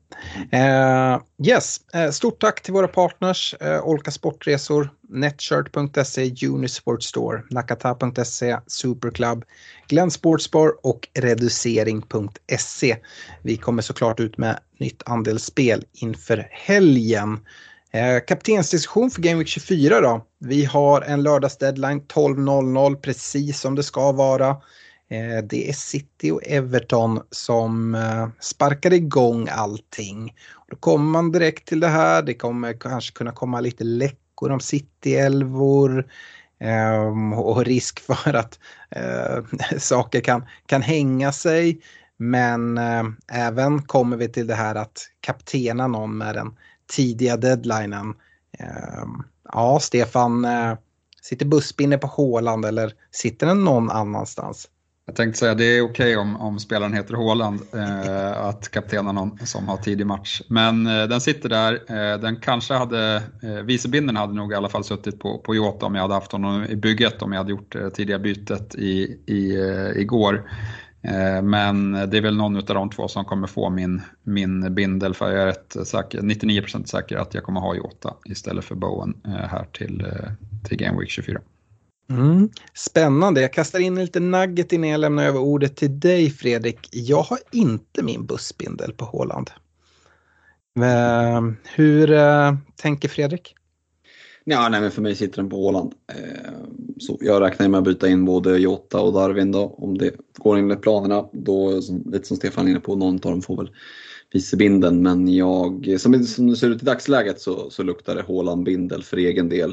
Yes, stort tack till våra partners, Olka Sportresor, Netshirt.se, Unisport Store, Nakata.se, Superclub, Glenn Sportsbar och Reducering.se. Vi kommer såklart ut med nytt andelsspel inför helgen. Kaptensdiskussion för Game Week 24 då. Vi har en lördagsdeadline 12.00 precis som det ska vara. Det är City och Everton som sparkar igång allting. Då kommer man direkt till det här. Det kommer kanske kunna komma lite läckor om City-elvor. Och risk för att saker kan hänga sig. Men även kommer vi till det här att kaptena någon med den tidiga deadlinen. Ja, Stefan, sitter busspinne på Haaland eller sitter den någon annanstans? Jag tänkte säga det är okej om spelaren heter Haaland att kaptena någon som har tidig match. Men den sitter där. Den kanske hade, vicebinden hade nog i alla fall suttit på Jota om jag hade haft honom i bygget, om jag hade gjort tidiga bytet igår. Men det är väl någon av de två som kommer få min bindel, för jag är 99% säker att jag kommer ha Jota istället för Bowen här till Game Week 24. Spännande. Jag kastar in lite nugget innan jag lämnar över ordet till dig, Fredrik. Jag har inte min bussbindel på Haaland. Hur tänker Fredrik? Ja, nej, men för mig sitter den på Haaland. Så jag räknar med att byta in både Jota och Darwin då, om det går in med planerna. Då, lite som Stefan är inne på, någon av dem får väl vicebinden. Men som det ser ut i dagsläget så luktar det Haaland-bindel för egen del.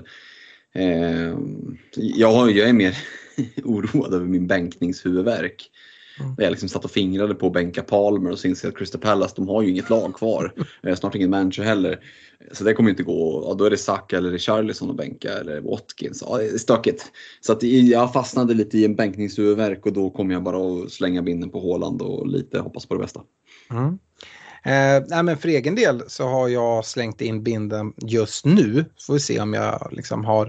Jag är mer oroad över min bänkningshuvudvärk. Jag liksom satt och fingrade på att bänka Palmer och så inser att Crystal Palace, de har ju inget lag kvar. Snart ingen manager heller. Så det kommer inte gå. Ja, då är det Saka eller Richarlison att bänka eller Watkins. Ja, det är stökigt. Så att jag fastnade lite i en bänkningshuvudvärk och då kommer jag bara att slänga binden på Haaland och lite hoppas på det bästa. Nej, men för egen del så har jag slängt in binden just nu. Får vi se om jag liksom har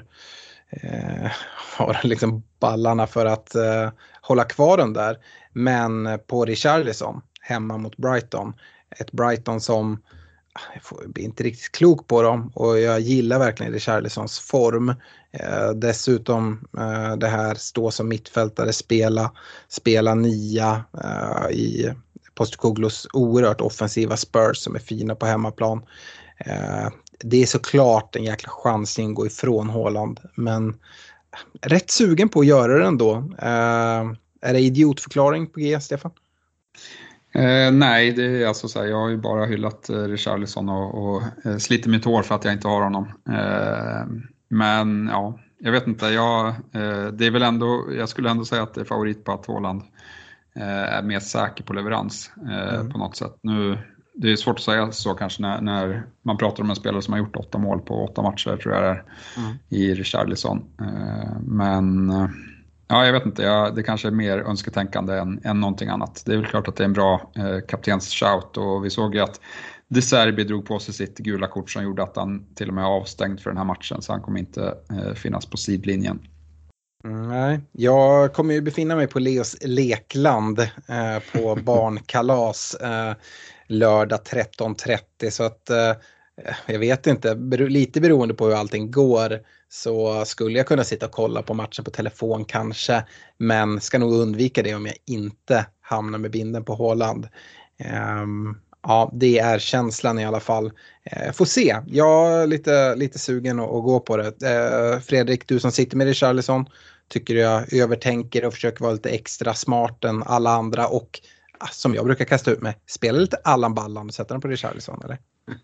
liksom ballarna för att hålla kvar den där. Men på Richarlison hemma mot Brighton. Ett Brighton som jag blir inte riktigt klok på dem. Och jag gillar verkligen Richarlisons form. Dessutom det här stå som mittfältare, spela 9 i Postecoglou's oerhört offensiva Spurs som är fina på hemmaplan. Det är såklart en jäkla chansning att gå ifrån Haaland, men rätt sugen på att göra det ändå. Är det idiotförklaring på G, Stefan? Nej, det är alltså så här, jag har ju bara hyllat Richarlison och sliter mitt hår för att jag inte har honom. Men ja, jag vet inte. Det är väl ändå, jag skulle ändå säga att det är favorit på att Haaland är mer säker på leverans på något sätt. Nu, det är svårt att säga så kanske när man pratar om en spelare som har gjort 8 mål på 8 matcher, tror jag det är, i Richarlison. Men ja, jag vet inte, det kanske är mer önsketänkande än någonting annat. Det är väl klart att det är en bra kaptens-shout, och vi såg ju att De Serbi drog på sig sitt gula kort som gjorde att han till och med är avstängd för den här matchen, så han kommer inte finnas på sidlinjen. Nej, jag kommer ju befinna mig på Leos lekland på barnkalas lördag 13.30, så att jag vet inte, lite beroende på hur allting går så skulle jag kunna sitta och kolla på matchen på telefon kanske, men ska nog undvika det om jag inte hamnar med binden på Haaland. Ja, det är känslan i alla fall. Får se, jag är lite sugen att gå på det. Fredrik, du som sitter med Richarlison, tycker jag övertänker och försöker vara lite extra smart än alla andra och som jag brukar kasta ut med, spela lite Allan Ballan och sätta den på Richarlison, eller?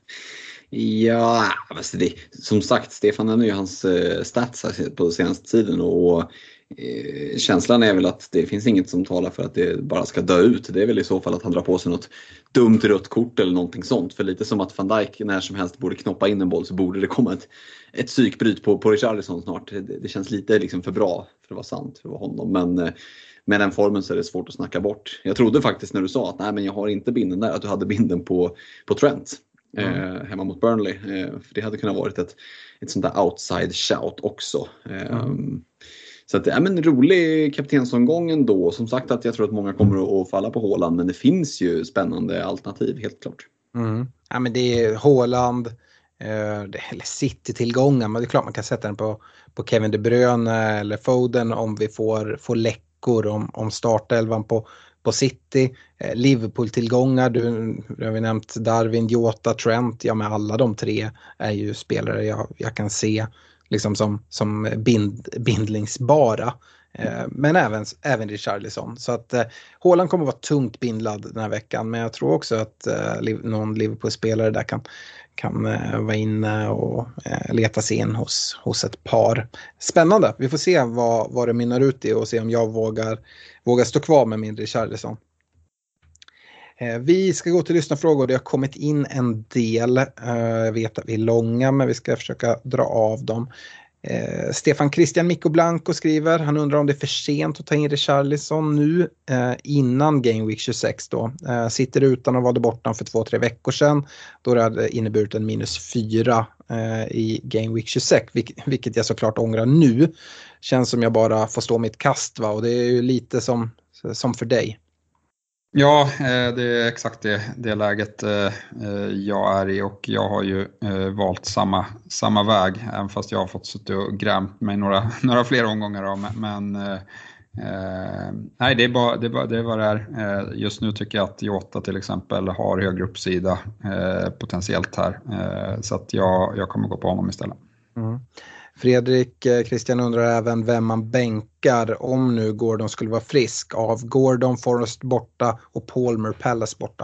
Ja, alltså som sagt, Stefan nämner ju hans stats på senaste tiden och känslan är väl att det finns inget som talar för att det bara ska dö ut. Det är väl i så fall att han drar på sig något dumt rött kort eller någonting sånt. För lite som att Van Dijk när som helst borde knoppa in en boll, så borde det komma ett psykbryt på Richarlison snart. Det känns lite liksom för bra för att vara sant, för att vara honom. Men med den formen så är det svårt att snacka bort. Jag trodde faktiskt när du sa att nej, men jag har inte binden där, att du hade binden på Trent. Hemma mot Burnley, för det hade kunnat varit ett sånt där outside shout också. Så att det är en rolig kaptensomgång ändå. Som sagt att jag tror att många kommer att falla på Haaland, men det finns ju spännande alternativ, helt klart. Ja, men det är Haaland, eller City-tillgångar, men det är klart man kan sätta den på Kevin De Bruyne eller Foden om vi får läckor om startelvan på City. Liverpool-tillgångar, du har vi nämnt Darwin, Jota, Trent, ja men alla de tre är ju spelare jag kan se liksom som bindlingsbara. Men även Richarlison. Så att Haaland kommer vara tungt bindlad den här veckan, men jag tror också att någon Liverpool-spelare där kan vara inne och leta sig in hos ett par. Spännande, vi får se vad det minnar ut i och se om jag vågar stå kvar med min Richarlison. Vi ska gå till lyssnarfrågor. Det har kommit in en del. Jag vet att vi är långa, men vi ska försöka dra av dem. Stefan Christian Mikko Blanco skriver, han undrar om det är för sent att ta in Richarlison nu innan Game Week 26 då. Sitter utan och var borta för 2-3 veckor sedan, då det hade inneburit en -4 i Game Week 26, vilket jag såklart ångrar nu. Känns som jag bara får stå mitt kast, va? Och det är ju lite som för dig. Ja, det är exakt det läget jag är i, och jag har ju valt samma väg, även fast jag har fått suttit och grämt mig några fler omgångar av, men nej, det är vad det är. Just nu tycker jag att Jota till exempel har högre uppsida potentiellt här, så att jag kommer gå på honom istället. Fredrik Christian undrar även vem man bänkar om nu Gordon skulle vara frisk, av Gordon, Forrest borta och Palmer, Palace borta.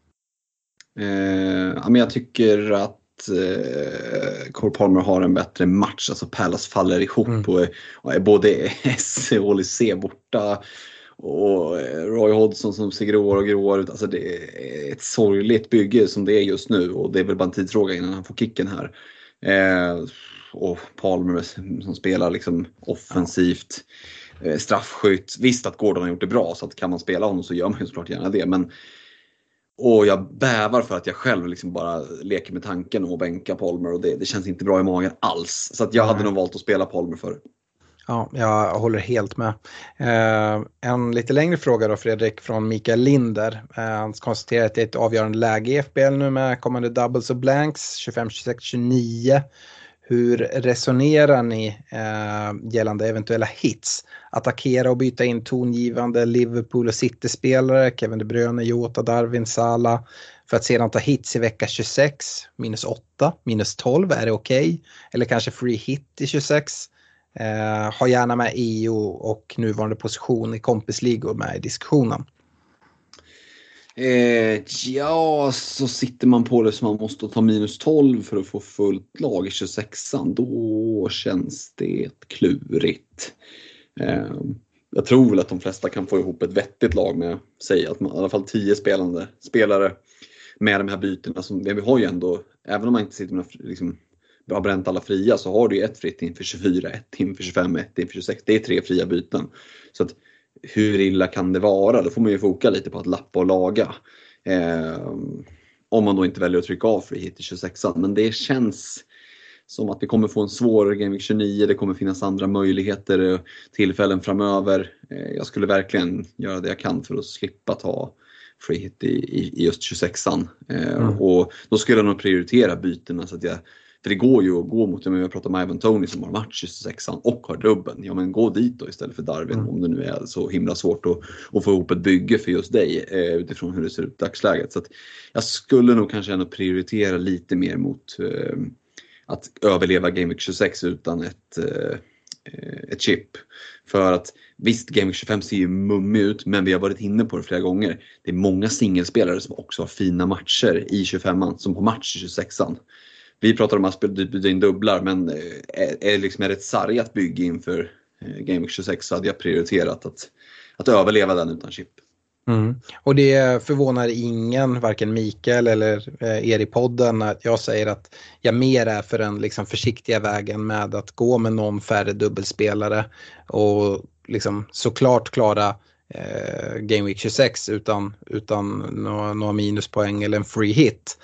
Men jag tycker att Cole Palmer har en bättre match. Alltså Palace faller ihop och är både S och Olise borta och Roy Hodgson som ser gråare och gråare ut. Alltså det är ett sorgligt bygge som det är just nu, och det är väl bara en tidsfråga innan han får kicken här. Och Palmer som spelar liksom offensivt, straffskytt. Visst att Gordon har gjort det bra, så att kan man spela honom så gör man ju såklart gärna det. Och jag bävar för att jag själv liksom bara leker med tanken och bänka Palmer, och det känns inte bra i magen alls. Så att jag hade nog valt att spela Palmer för. Ja, jag håller helt med. En lite längre fråga då, Fredrik, från Mikael Linder. Han konstaterar att det är ett avgörande läge i FBL nu med kommande doubles och blanks 25, 26, 29. Hur resonerar ni gällande eventuella hits? Attackera och byta in tongivande Liverpool och City-spelare, Kevin De Bruyne, Jota, Darwin, Salah, för att sedan ta hits i vecka 26, -8, -12, är det okej? Eller kanske free hit i 26? Ha gärna med EU och nuvarande position i kompisligor med i diskussionen. Ja, så sitter man på det som man måste ta -12 för att få fullt lag i 26an. Då känns det klurigt. Jag tror väl att de flesta kan få ihop ett vettigt lag med, säg att man, i alla fall 10 spelare med de här bytena. Som, vi har ju ändå, även om man inte sitter med liksom, har bränt alla fria, så har du ju ett fritt inför 24, ett inför 25, ett inför 26. Det är 3 fria byten. Så att hur illa kan det vara? Då får man ju foka lite på att lappa och laga. Om man då inte väljer att trycka av free hit i 26an. Men det känns som att vi kommer få en svårare Game Week 29. Det kommer finnas andra möjligheter, tillfällen framöver. Jag skulle verkligen göra det jag kan för att slippa ta free hit i just 26an. Och då skulle jag nog prioritera bytena så att för det går ju att gå mot, jag pratar med Ivan Toney som har match i 26an och har dubben. Ja, men gå dit då istället för Darwin om det nu är så himla svårt att få ihop ett bygge för just dig utifrån hur det ser ut i dagsläget. Så att jag skulle nog kanske ändå prioritera lite mer mot att överleva Game Week 26 utan ett chip. För att visst, Game Week 25 ser ju mummig ut, men vi har varit inne på det flera gånger. Det är många singelspelare som också har fina matcher i 25an som har match i 26an. Vi pratar om att byta in dubblar, men är liksom ett sargat bygge inför Game Week 26 så hade jag prioriterat att överleva den utan chip. Och det förvånar ingen, varken Mikael eller er i podden, att jag säger att jag mer är för den liksom försiktiga vägen med att gå med någon färre dubbelspelare och liksom såklart klara Game Week 26 utan några minuspoäng eller en free hit.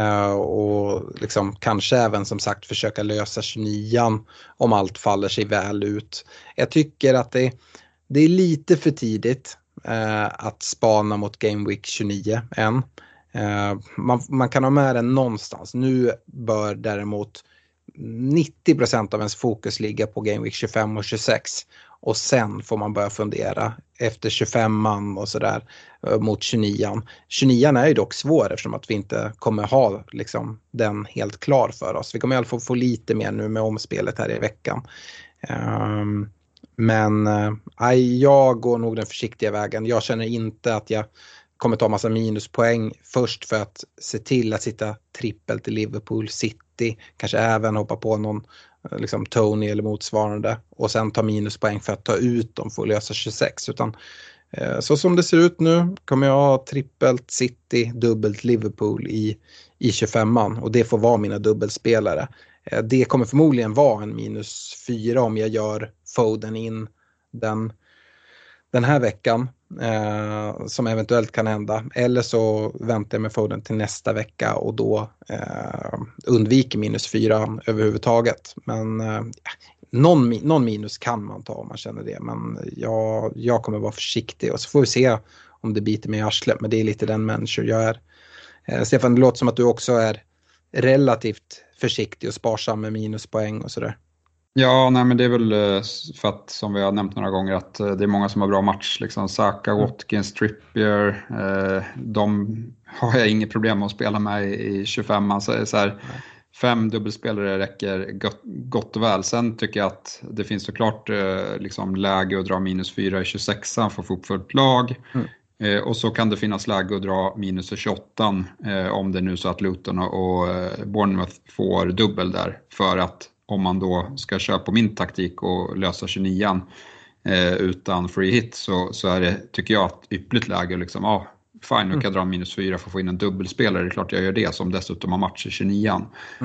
Och liksom kanske även som sagt försöka lösa 29an om allt faller sig väl ut. Jag tycker att det är lite för tidigt att spana mot Game Week 29 än. Man kan ha med den någonstans. Nu bör däremot 90% av ens fokus ligga på Game Week 25 och 26. Och sen får man börja fundera efter 25an och sådär mot 29an. 29an är ju dock svår eftersom att vi inte kommer ha liksom, den helt klar för oss. Vi kommer i alla fall få lite mer nu med omspelet här i veckan. Men jag går nog den försiktiga vägen. Jag känner inte att jag kommer ta massa minuspoäng först för att se till att sitta trippel till Liverpool City. Kanske även hoppa på någon liksom Tony eller motsvarande. Och sen ta minuspoäng för att ta ut dem för att lösa 26. Utan så som det ser ut nu kommer jag ha trippelt City, dubbelt Liverpool i 25an. Och det får vara mina dubbelspelare. Det kommer förmodligen vara en -4 om jag gör Foden in den här veckan. Som eventuellt kan hända. Eller så väntar jag med Foden till nästa vecka och då undviker -4 överhuvudtaget. Men någon minus kan man ta om man känner det. Men jag kommer vara försiktig och så får vi se om det biter mig i arslet. Men det är lite den människa jag är. Stefan, det låter som att du också är relativt försiktig och sparsam med minuspoäng och sådär. Ja, nej, men det är väl för att som vi har nämnt några gånger att det är många som har bra match. Liksom Saka, Watkins, Trippier, de har jag inget problem att spela med i 25. Så här, 5 dubbelspelare räcker gott och väl. Sen tycker jag att det finns såklart liksom läge att dra -4 i 26 för att få upp fullt lag. Och så kan det finnas läge att dra minus 28 om det nu så att Luton och Bournemouth får dubbel där. För att om man då ska köra på min taktik och lösa 29an utan free hit så är det, tycker jag, ett yppligt läge. Liksom, fine, nu kan jag dra -4 för att få in en dubbelspelare. Det är klart jag gör det som dessutom har match i 29an.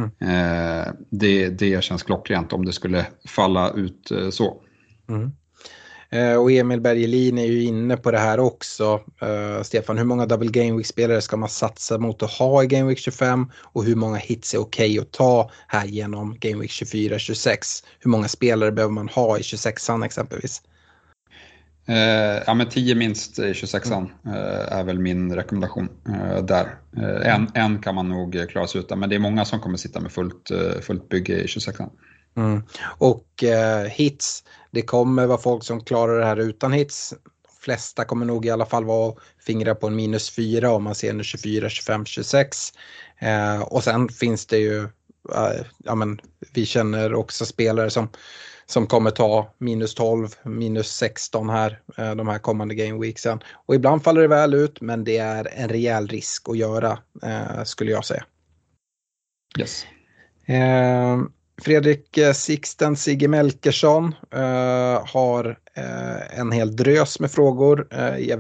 Det känns klockrent om det skulle falla ut så. Och Emil Bergelin är ju inne på det här också. Stefan, hur många double game week spelare ska man satsa mot att ha i game week 25 och hur många hits är okej att ta här genom game week 24-26? Hur många spelare behöver man ha i 26an exempelvis? Men 10 minst i 26an är väl min rekommendation där. En kan man nog klara sig utan, men det är många som kommer sitta med fullt bygge i 26an. Och hits, det kommer vara folk som klarar det här utan hits. De flesta kommer nog i alla fall vara fingra på en -4 om man ser nu 24, 25, 26. Och sen finns det ju, vi känner också spelare som kommer ta -12, -16 här de här kommande game weeksen. Och ibland faller det väl ut, men det är en rejäl risk att göra, skulle jag säga. Yes. Fredrik Sixten Sigge Melkersson har en hel drös med frågor. Jag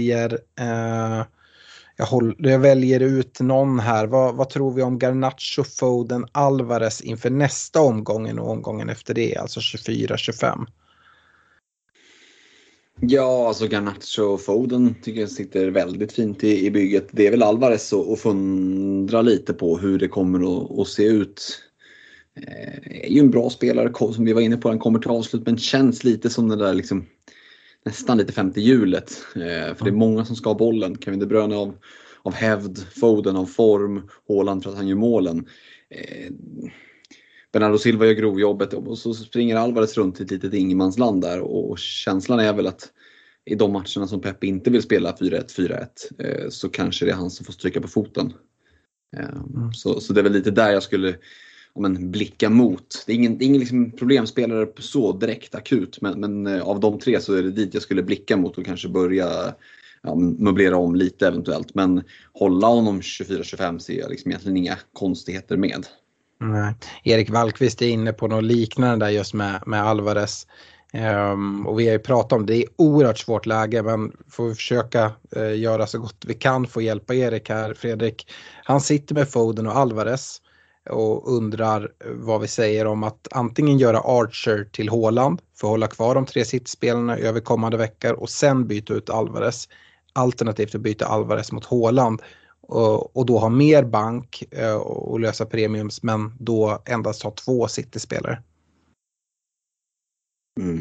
väljer ut någon här. Vad tror vi om Garnacho, Foden, Alvarez inför nästa omgången och omgången efter det, alltså 24-25? Ja, alltså Garnacho och Foden tycker jag sitter väldigt fint i bygget. Det är väl Alvarez att fundra lite på hur det kommer att se ut. Är ju en bra spelare som vi var inne på, den kommer till avslut, men känns lite som det där liksom, nästan lite femte hjulet. För det är många som ska ha bollen. Kevin De Bruyne av hävd, Foden av form, Haaland för att han gör målen. Bernardo Silva gör grovjobbet och så springer Alvarez runt i ett litet ingenmansland där, och känslan är väl att i de matcherna som Pep inte vill spela 4-1, 4-1 så kanske det är han som får stryka på foten. Så det är väl lite där jag skulle blicka mot. Det är ingen liksom problemspelare så direkt akut, men av de tre så är det dit jag skulle blicka mot och kanske börja möblera om lite eventuellt. Men hålla honom 24-25 ser jag liksom egentligen inga konstigheter med. Nej. Erik Wallqvist är inne på något liknande där just med Alvarez. Och vi har ju pratat om det är oerhört svårt läge, men får vi försöka göra så gott vi kan för att hjälpa Erik här. Fredrik, han sitter med Foden och Alvarez och undrar vad vi säger om att antingen göra Archer till Haaland för att hålla kvar de 3 sittspelarna över kommande veckor och sen byta ut Alvarez, alternativt att byta Alvarez mot Haaland och då ha mer bank och lösa premiums, men då endast ha 2 City-spelare.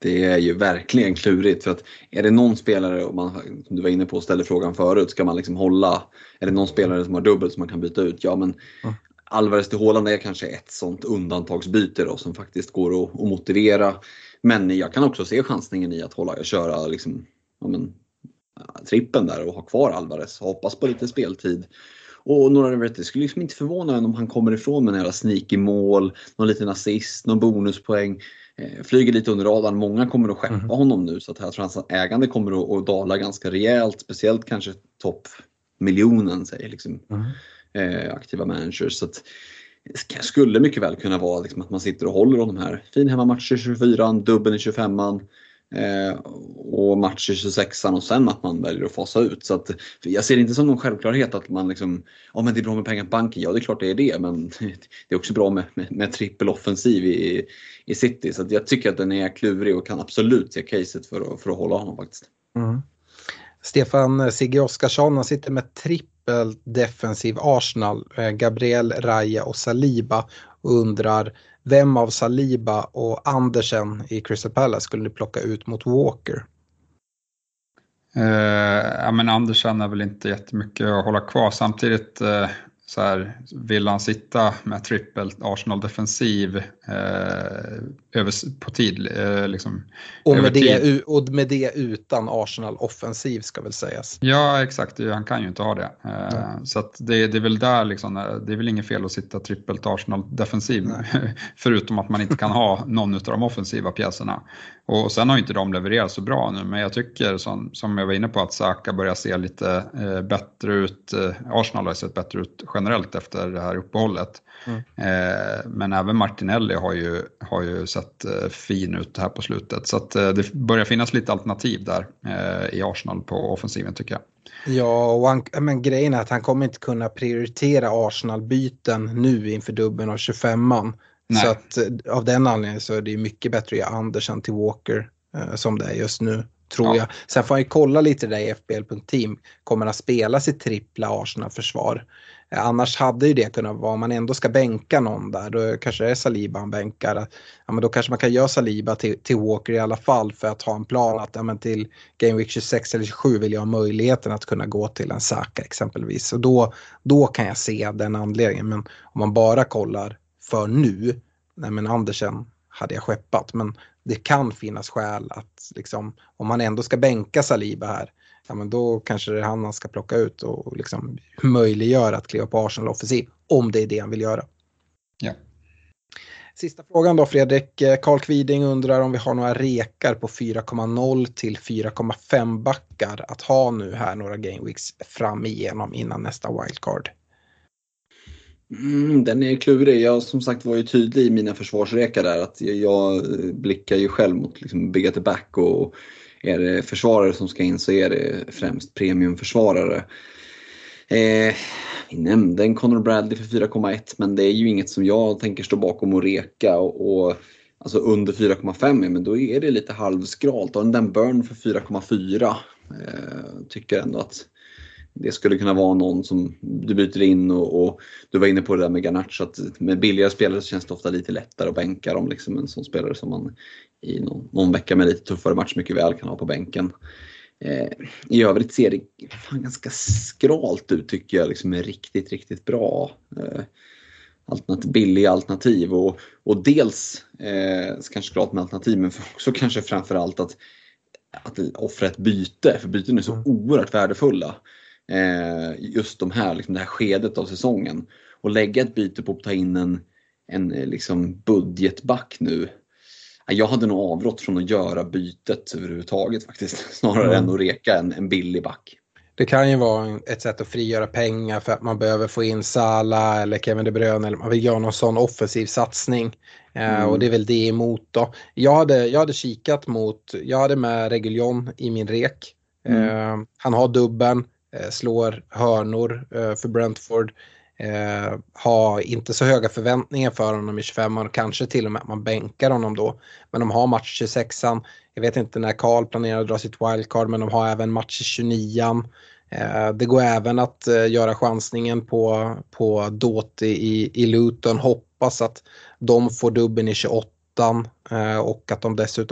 Det är ju verkligen klurigt, för att är det någon spelare, och man, som du var inne på och ställde frågan förut, ska man liksom hålla, är det någon spelare som har dubbelt som man kan byta ut? Ja, men Alvarez till Haaland är kanske ett sånt undantagsbyte då, som faktiskt går att motivera. Men jag kan också se chansningen i att köra liksom, trippen där och ha kvar Alvarez, hoppas på lite speltid. Och några det skulle liksom inte förvåna om han kommer ifrån med några sneaky mål, någon liten assist, någon bonuspoäng, flyger lite under radarn. Många kommer att skeppa honom nu, så att jag tror att hans ägande kommer att dala ganska rejält, speciellt kanske topp miljonen, säger liksom aktiva managers. Så att det skulle mycket väl kunna vara liksom att man sitter och håller de här fin hemmamatcher 24, dubbeln i 25an och matcher 26an, och sen att man väljer att fasa ut. Så att jag ser det inte som någon självklarhet att man liksom, men det är bra med pengar på banken. Ja, det är klart det är det, men det är också bra med trippeloffensiv i City. Så att jag tycker att den är klurig och kan absolut se caset för att hålla honom faktiskt. Stefan Sigge Oskarsson, han sitter med trippel defensiv Arsenal, Gabriel, Raya och Saliba, och undrar vem av Saliba och Andersen i Crystal Palace skulle ni plocka ut mot Walker? Men Andersen är väl inte jättemycket att hålla kvar. Samtidigt så här, vill han sitta med trippel Arsenal defensiv på tid liksom, och med det utan Arsenal offensiv ska väl sägas. Ja, exakt, han kan ju inte ha det. Så att det är väl där liksom, det är väl ingen fel att sitta trippelt Arsenal defensiv förutom att man inte kan ha någon av de offensiva pjäserna. Och sen har ju inte de levererat så bra nu, men jag tycker som jag var inne på att Saka börjar se lite bättre ut. Arsenal har sett bättre ut generellt efter det här uppehållet. Men även Martinelli har ju sett fin ut här på slutet. Så att det börjar finnas lite alternativ där i Arsenal på offensiven, tycker jag. Ja, men grejen är att han kommer inte kunna prioritera Arsenal-byten nu inför dubben av 25an. Så att av den anledningen så är det mycket bättre att göra Andersen till Walker som det är just nu, tror jag. Sen får jag kolla lite där i FBL.team. Kommer att spela sitt trippla Arsenal-försvar? Annars hade ju det kunnat vara, om man ändå ska bänka någon där, då kanske det är Saliba han bänkar. Ja, men då kanske man kan göra Saliba till Walker i alla fall, för att ha en plan att till Game Week 26 eller 27 vill jag ha möjligheten att kunna gå till en Saka exempelvis. Och då kan jag se den anledningen. Men om man bara kollar för nu, Andersen hade jag skeppat. Men det kan finnas skäl att liksom, om man ändå ska bänka Saliba här, men då kanske det är han ska plocka ut och liksom möjliggöra att kliva på Arsenal offensiv, om det är det han vill göra. Ja. Sista frågan då, Fredrik. Carl Kviding undrar om vi har några rekar på 4,0 till 4,5 backar att ha nu här några gameweeks fram igenom innan nästa wildcard. Den är klurig. Jag som sagt var ju tydlig i mina försvarsrekar där, att jag blickar ju själv mot liksom big at the back, och är det försvarare som ska in så är det främst premiumförsvarare. Vi nämnde en Conor Bradley för 4,1, men det är ju inget som jag tänker stå bakom och reka, och alltså under 4,5, men då är det lite halvskralt. Och den Burn för 4,4 tycker ändå att det skulle kunna vara någon som du byter in, och du var inne på det där med Garnacho, att med billigare spelare så känns det ofta lite lättare att bänka dem, liksom en sån spelare som man i någon vecka med lite tuffare match mycket väl kan ha på bänken. I övrigt ser det ganska skralt ut, tycker jag, liksom med riktigt, riktigt bra billiga alternativ, och dels kanske skralt med alternativ, men också kanske framförallt att offra ett byte, för byten är så oerhört värdefulla just de här, liksom det här skedet av säsongen, och lägga ett byte på att ta in en liksom budgetback nu. Jag hade nog avrått från att göra bytet överhuvudtaget faktiskt, snarare än att reka en billig back. Det kan ju vara ett sätt att frigöra pengar för att man behöver få in Salah eller Kevin De Bruyne, eller man vill göra någon sån offensiv satsning. Och det är väl det emot då. Jag hade kikat jag hade med Reguilón i min rek. Han har dubben, slår hörnor för Brentford. Har inte så höga förväntningar för honom i 25an, och kanske till och med att man bänkar honom då. Men de har match 26an. Jag vet inte när Carl planerar att dra sitt wildcard, men de har även match 29an. Det går även att göra chansningen på Doughty i Luton. Hoppas att de får dubben i 28an, och att de dessutom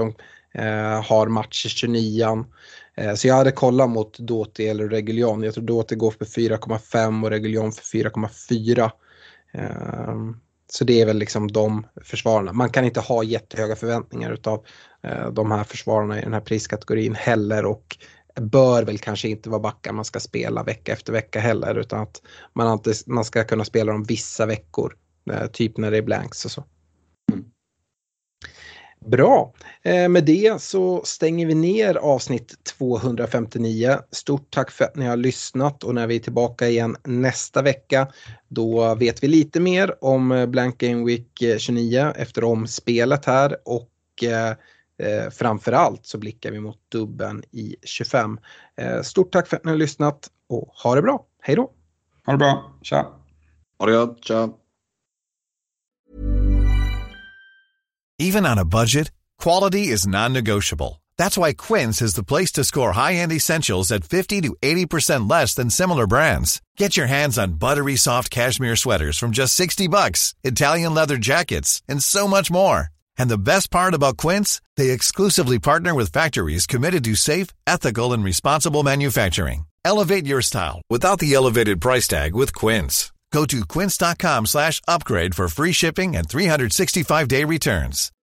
har match i 29. Så jag hade kollat mot Doughty eller Reguilón. Jag tror Doughty går för 4,5 och Reguilón för 4,4. Så det är väl liksom de försvararna. Man kan inte ha jättehöga förväntningar utav de här försvararna i den här priskategorin heller, och bör väl kanske inte vara backar man ska spela vecka efter vecka heller, utan att man ska kunna spela dem vissa veckor, typ när det är blanks och så. Bra, med det så stänger vi ner avsnitt 259. Stort tack för att ni har lyssnat, och när vi är tillbaka igen nästa vecka då vet vi lite mer om Blank Game Week 29 efter omspelet här, och framförallt så blickar vi mot dubben i 25. Stort tack för att ni har lyssnat och ha det bra. Hej då! Ha det bra, tja! Ha det gott, tja! Even on a budget, quality is non-negotiable. That's why Quince is the place to score high-end essentials at 50 to 80% less than similar brands. Get your hands on buttery soft cashmere sweaters from just $60, Italian leather jackets, and so much more. And the best part about Quince, they exclusively partner with factories committed to safe, ethical, and responsible manufacturing. Elevate your style without the elevated price tag with Quince. Go to quince.com/upgrade for free shipping and 365-day returns.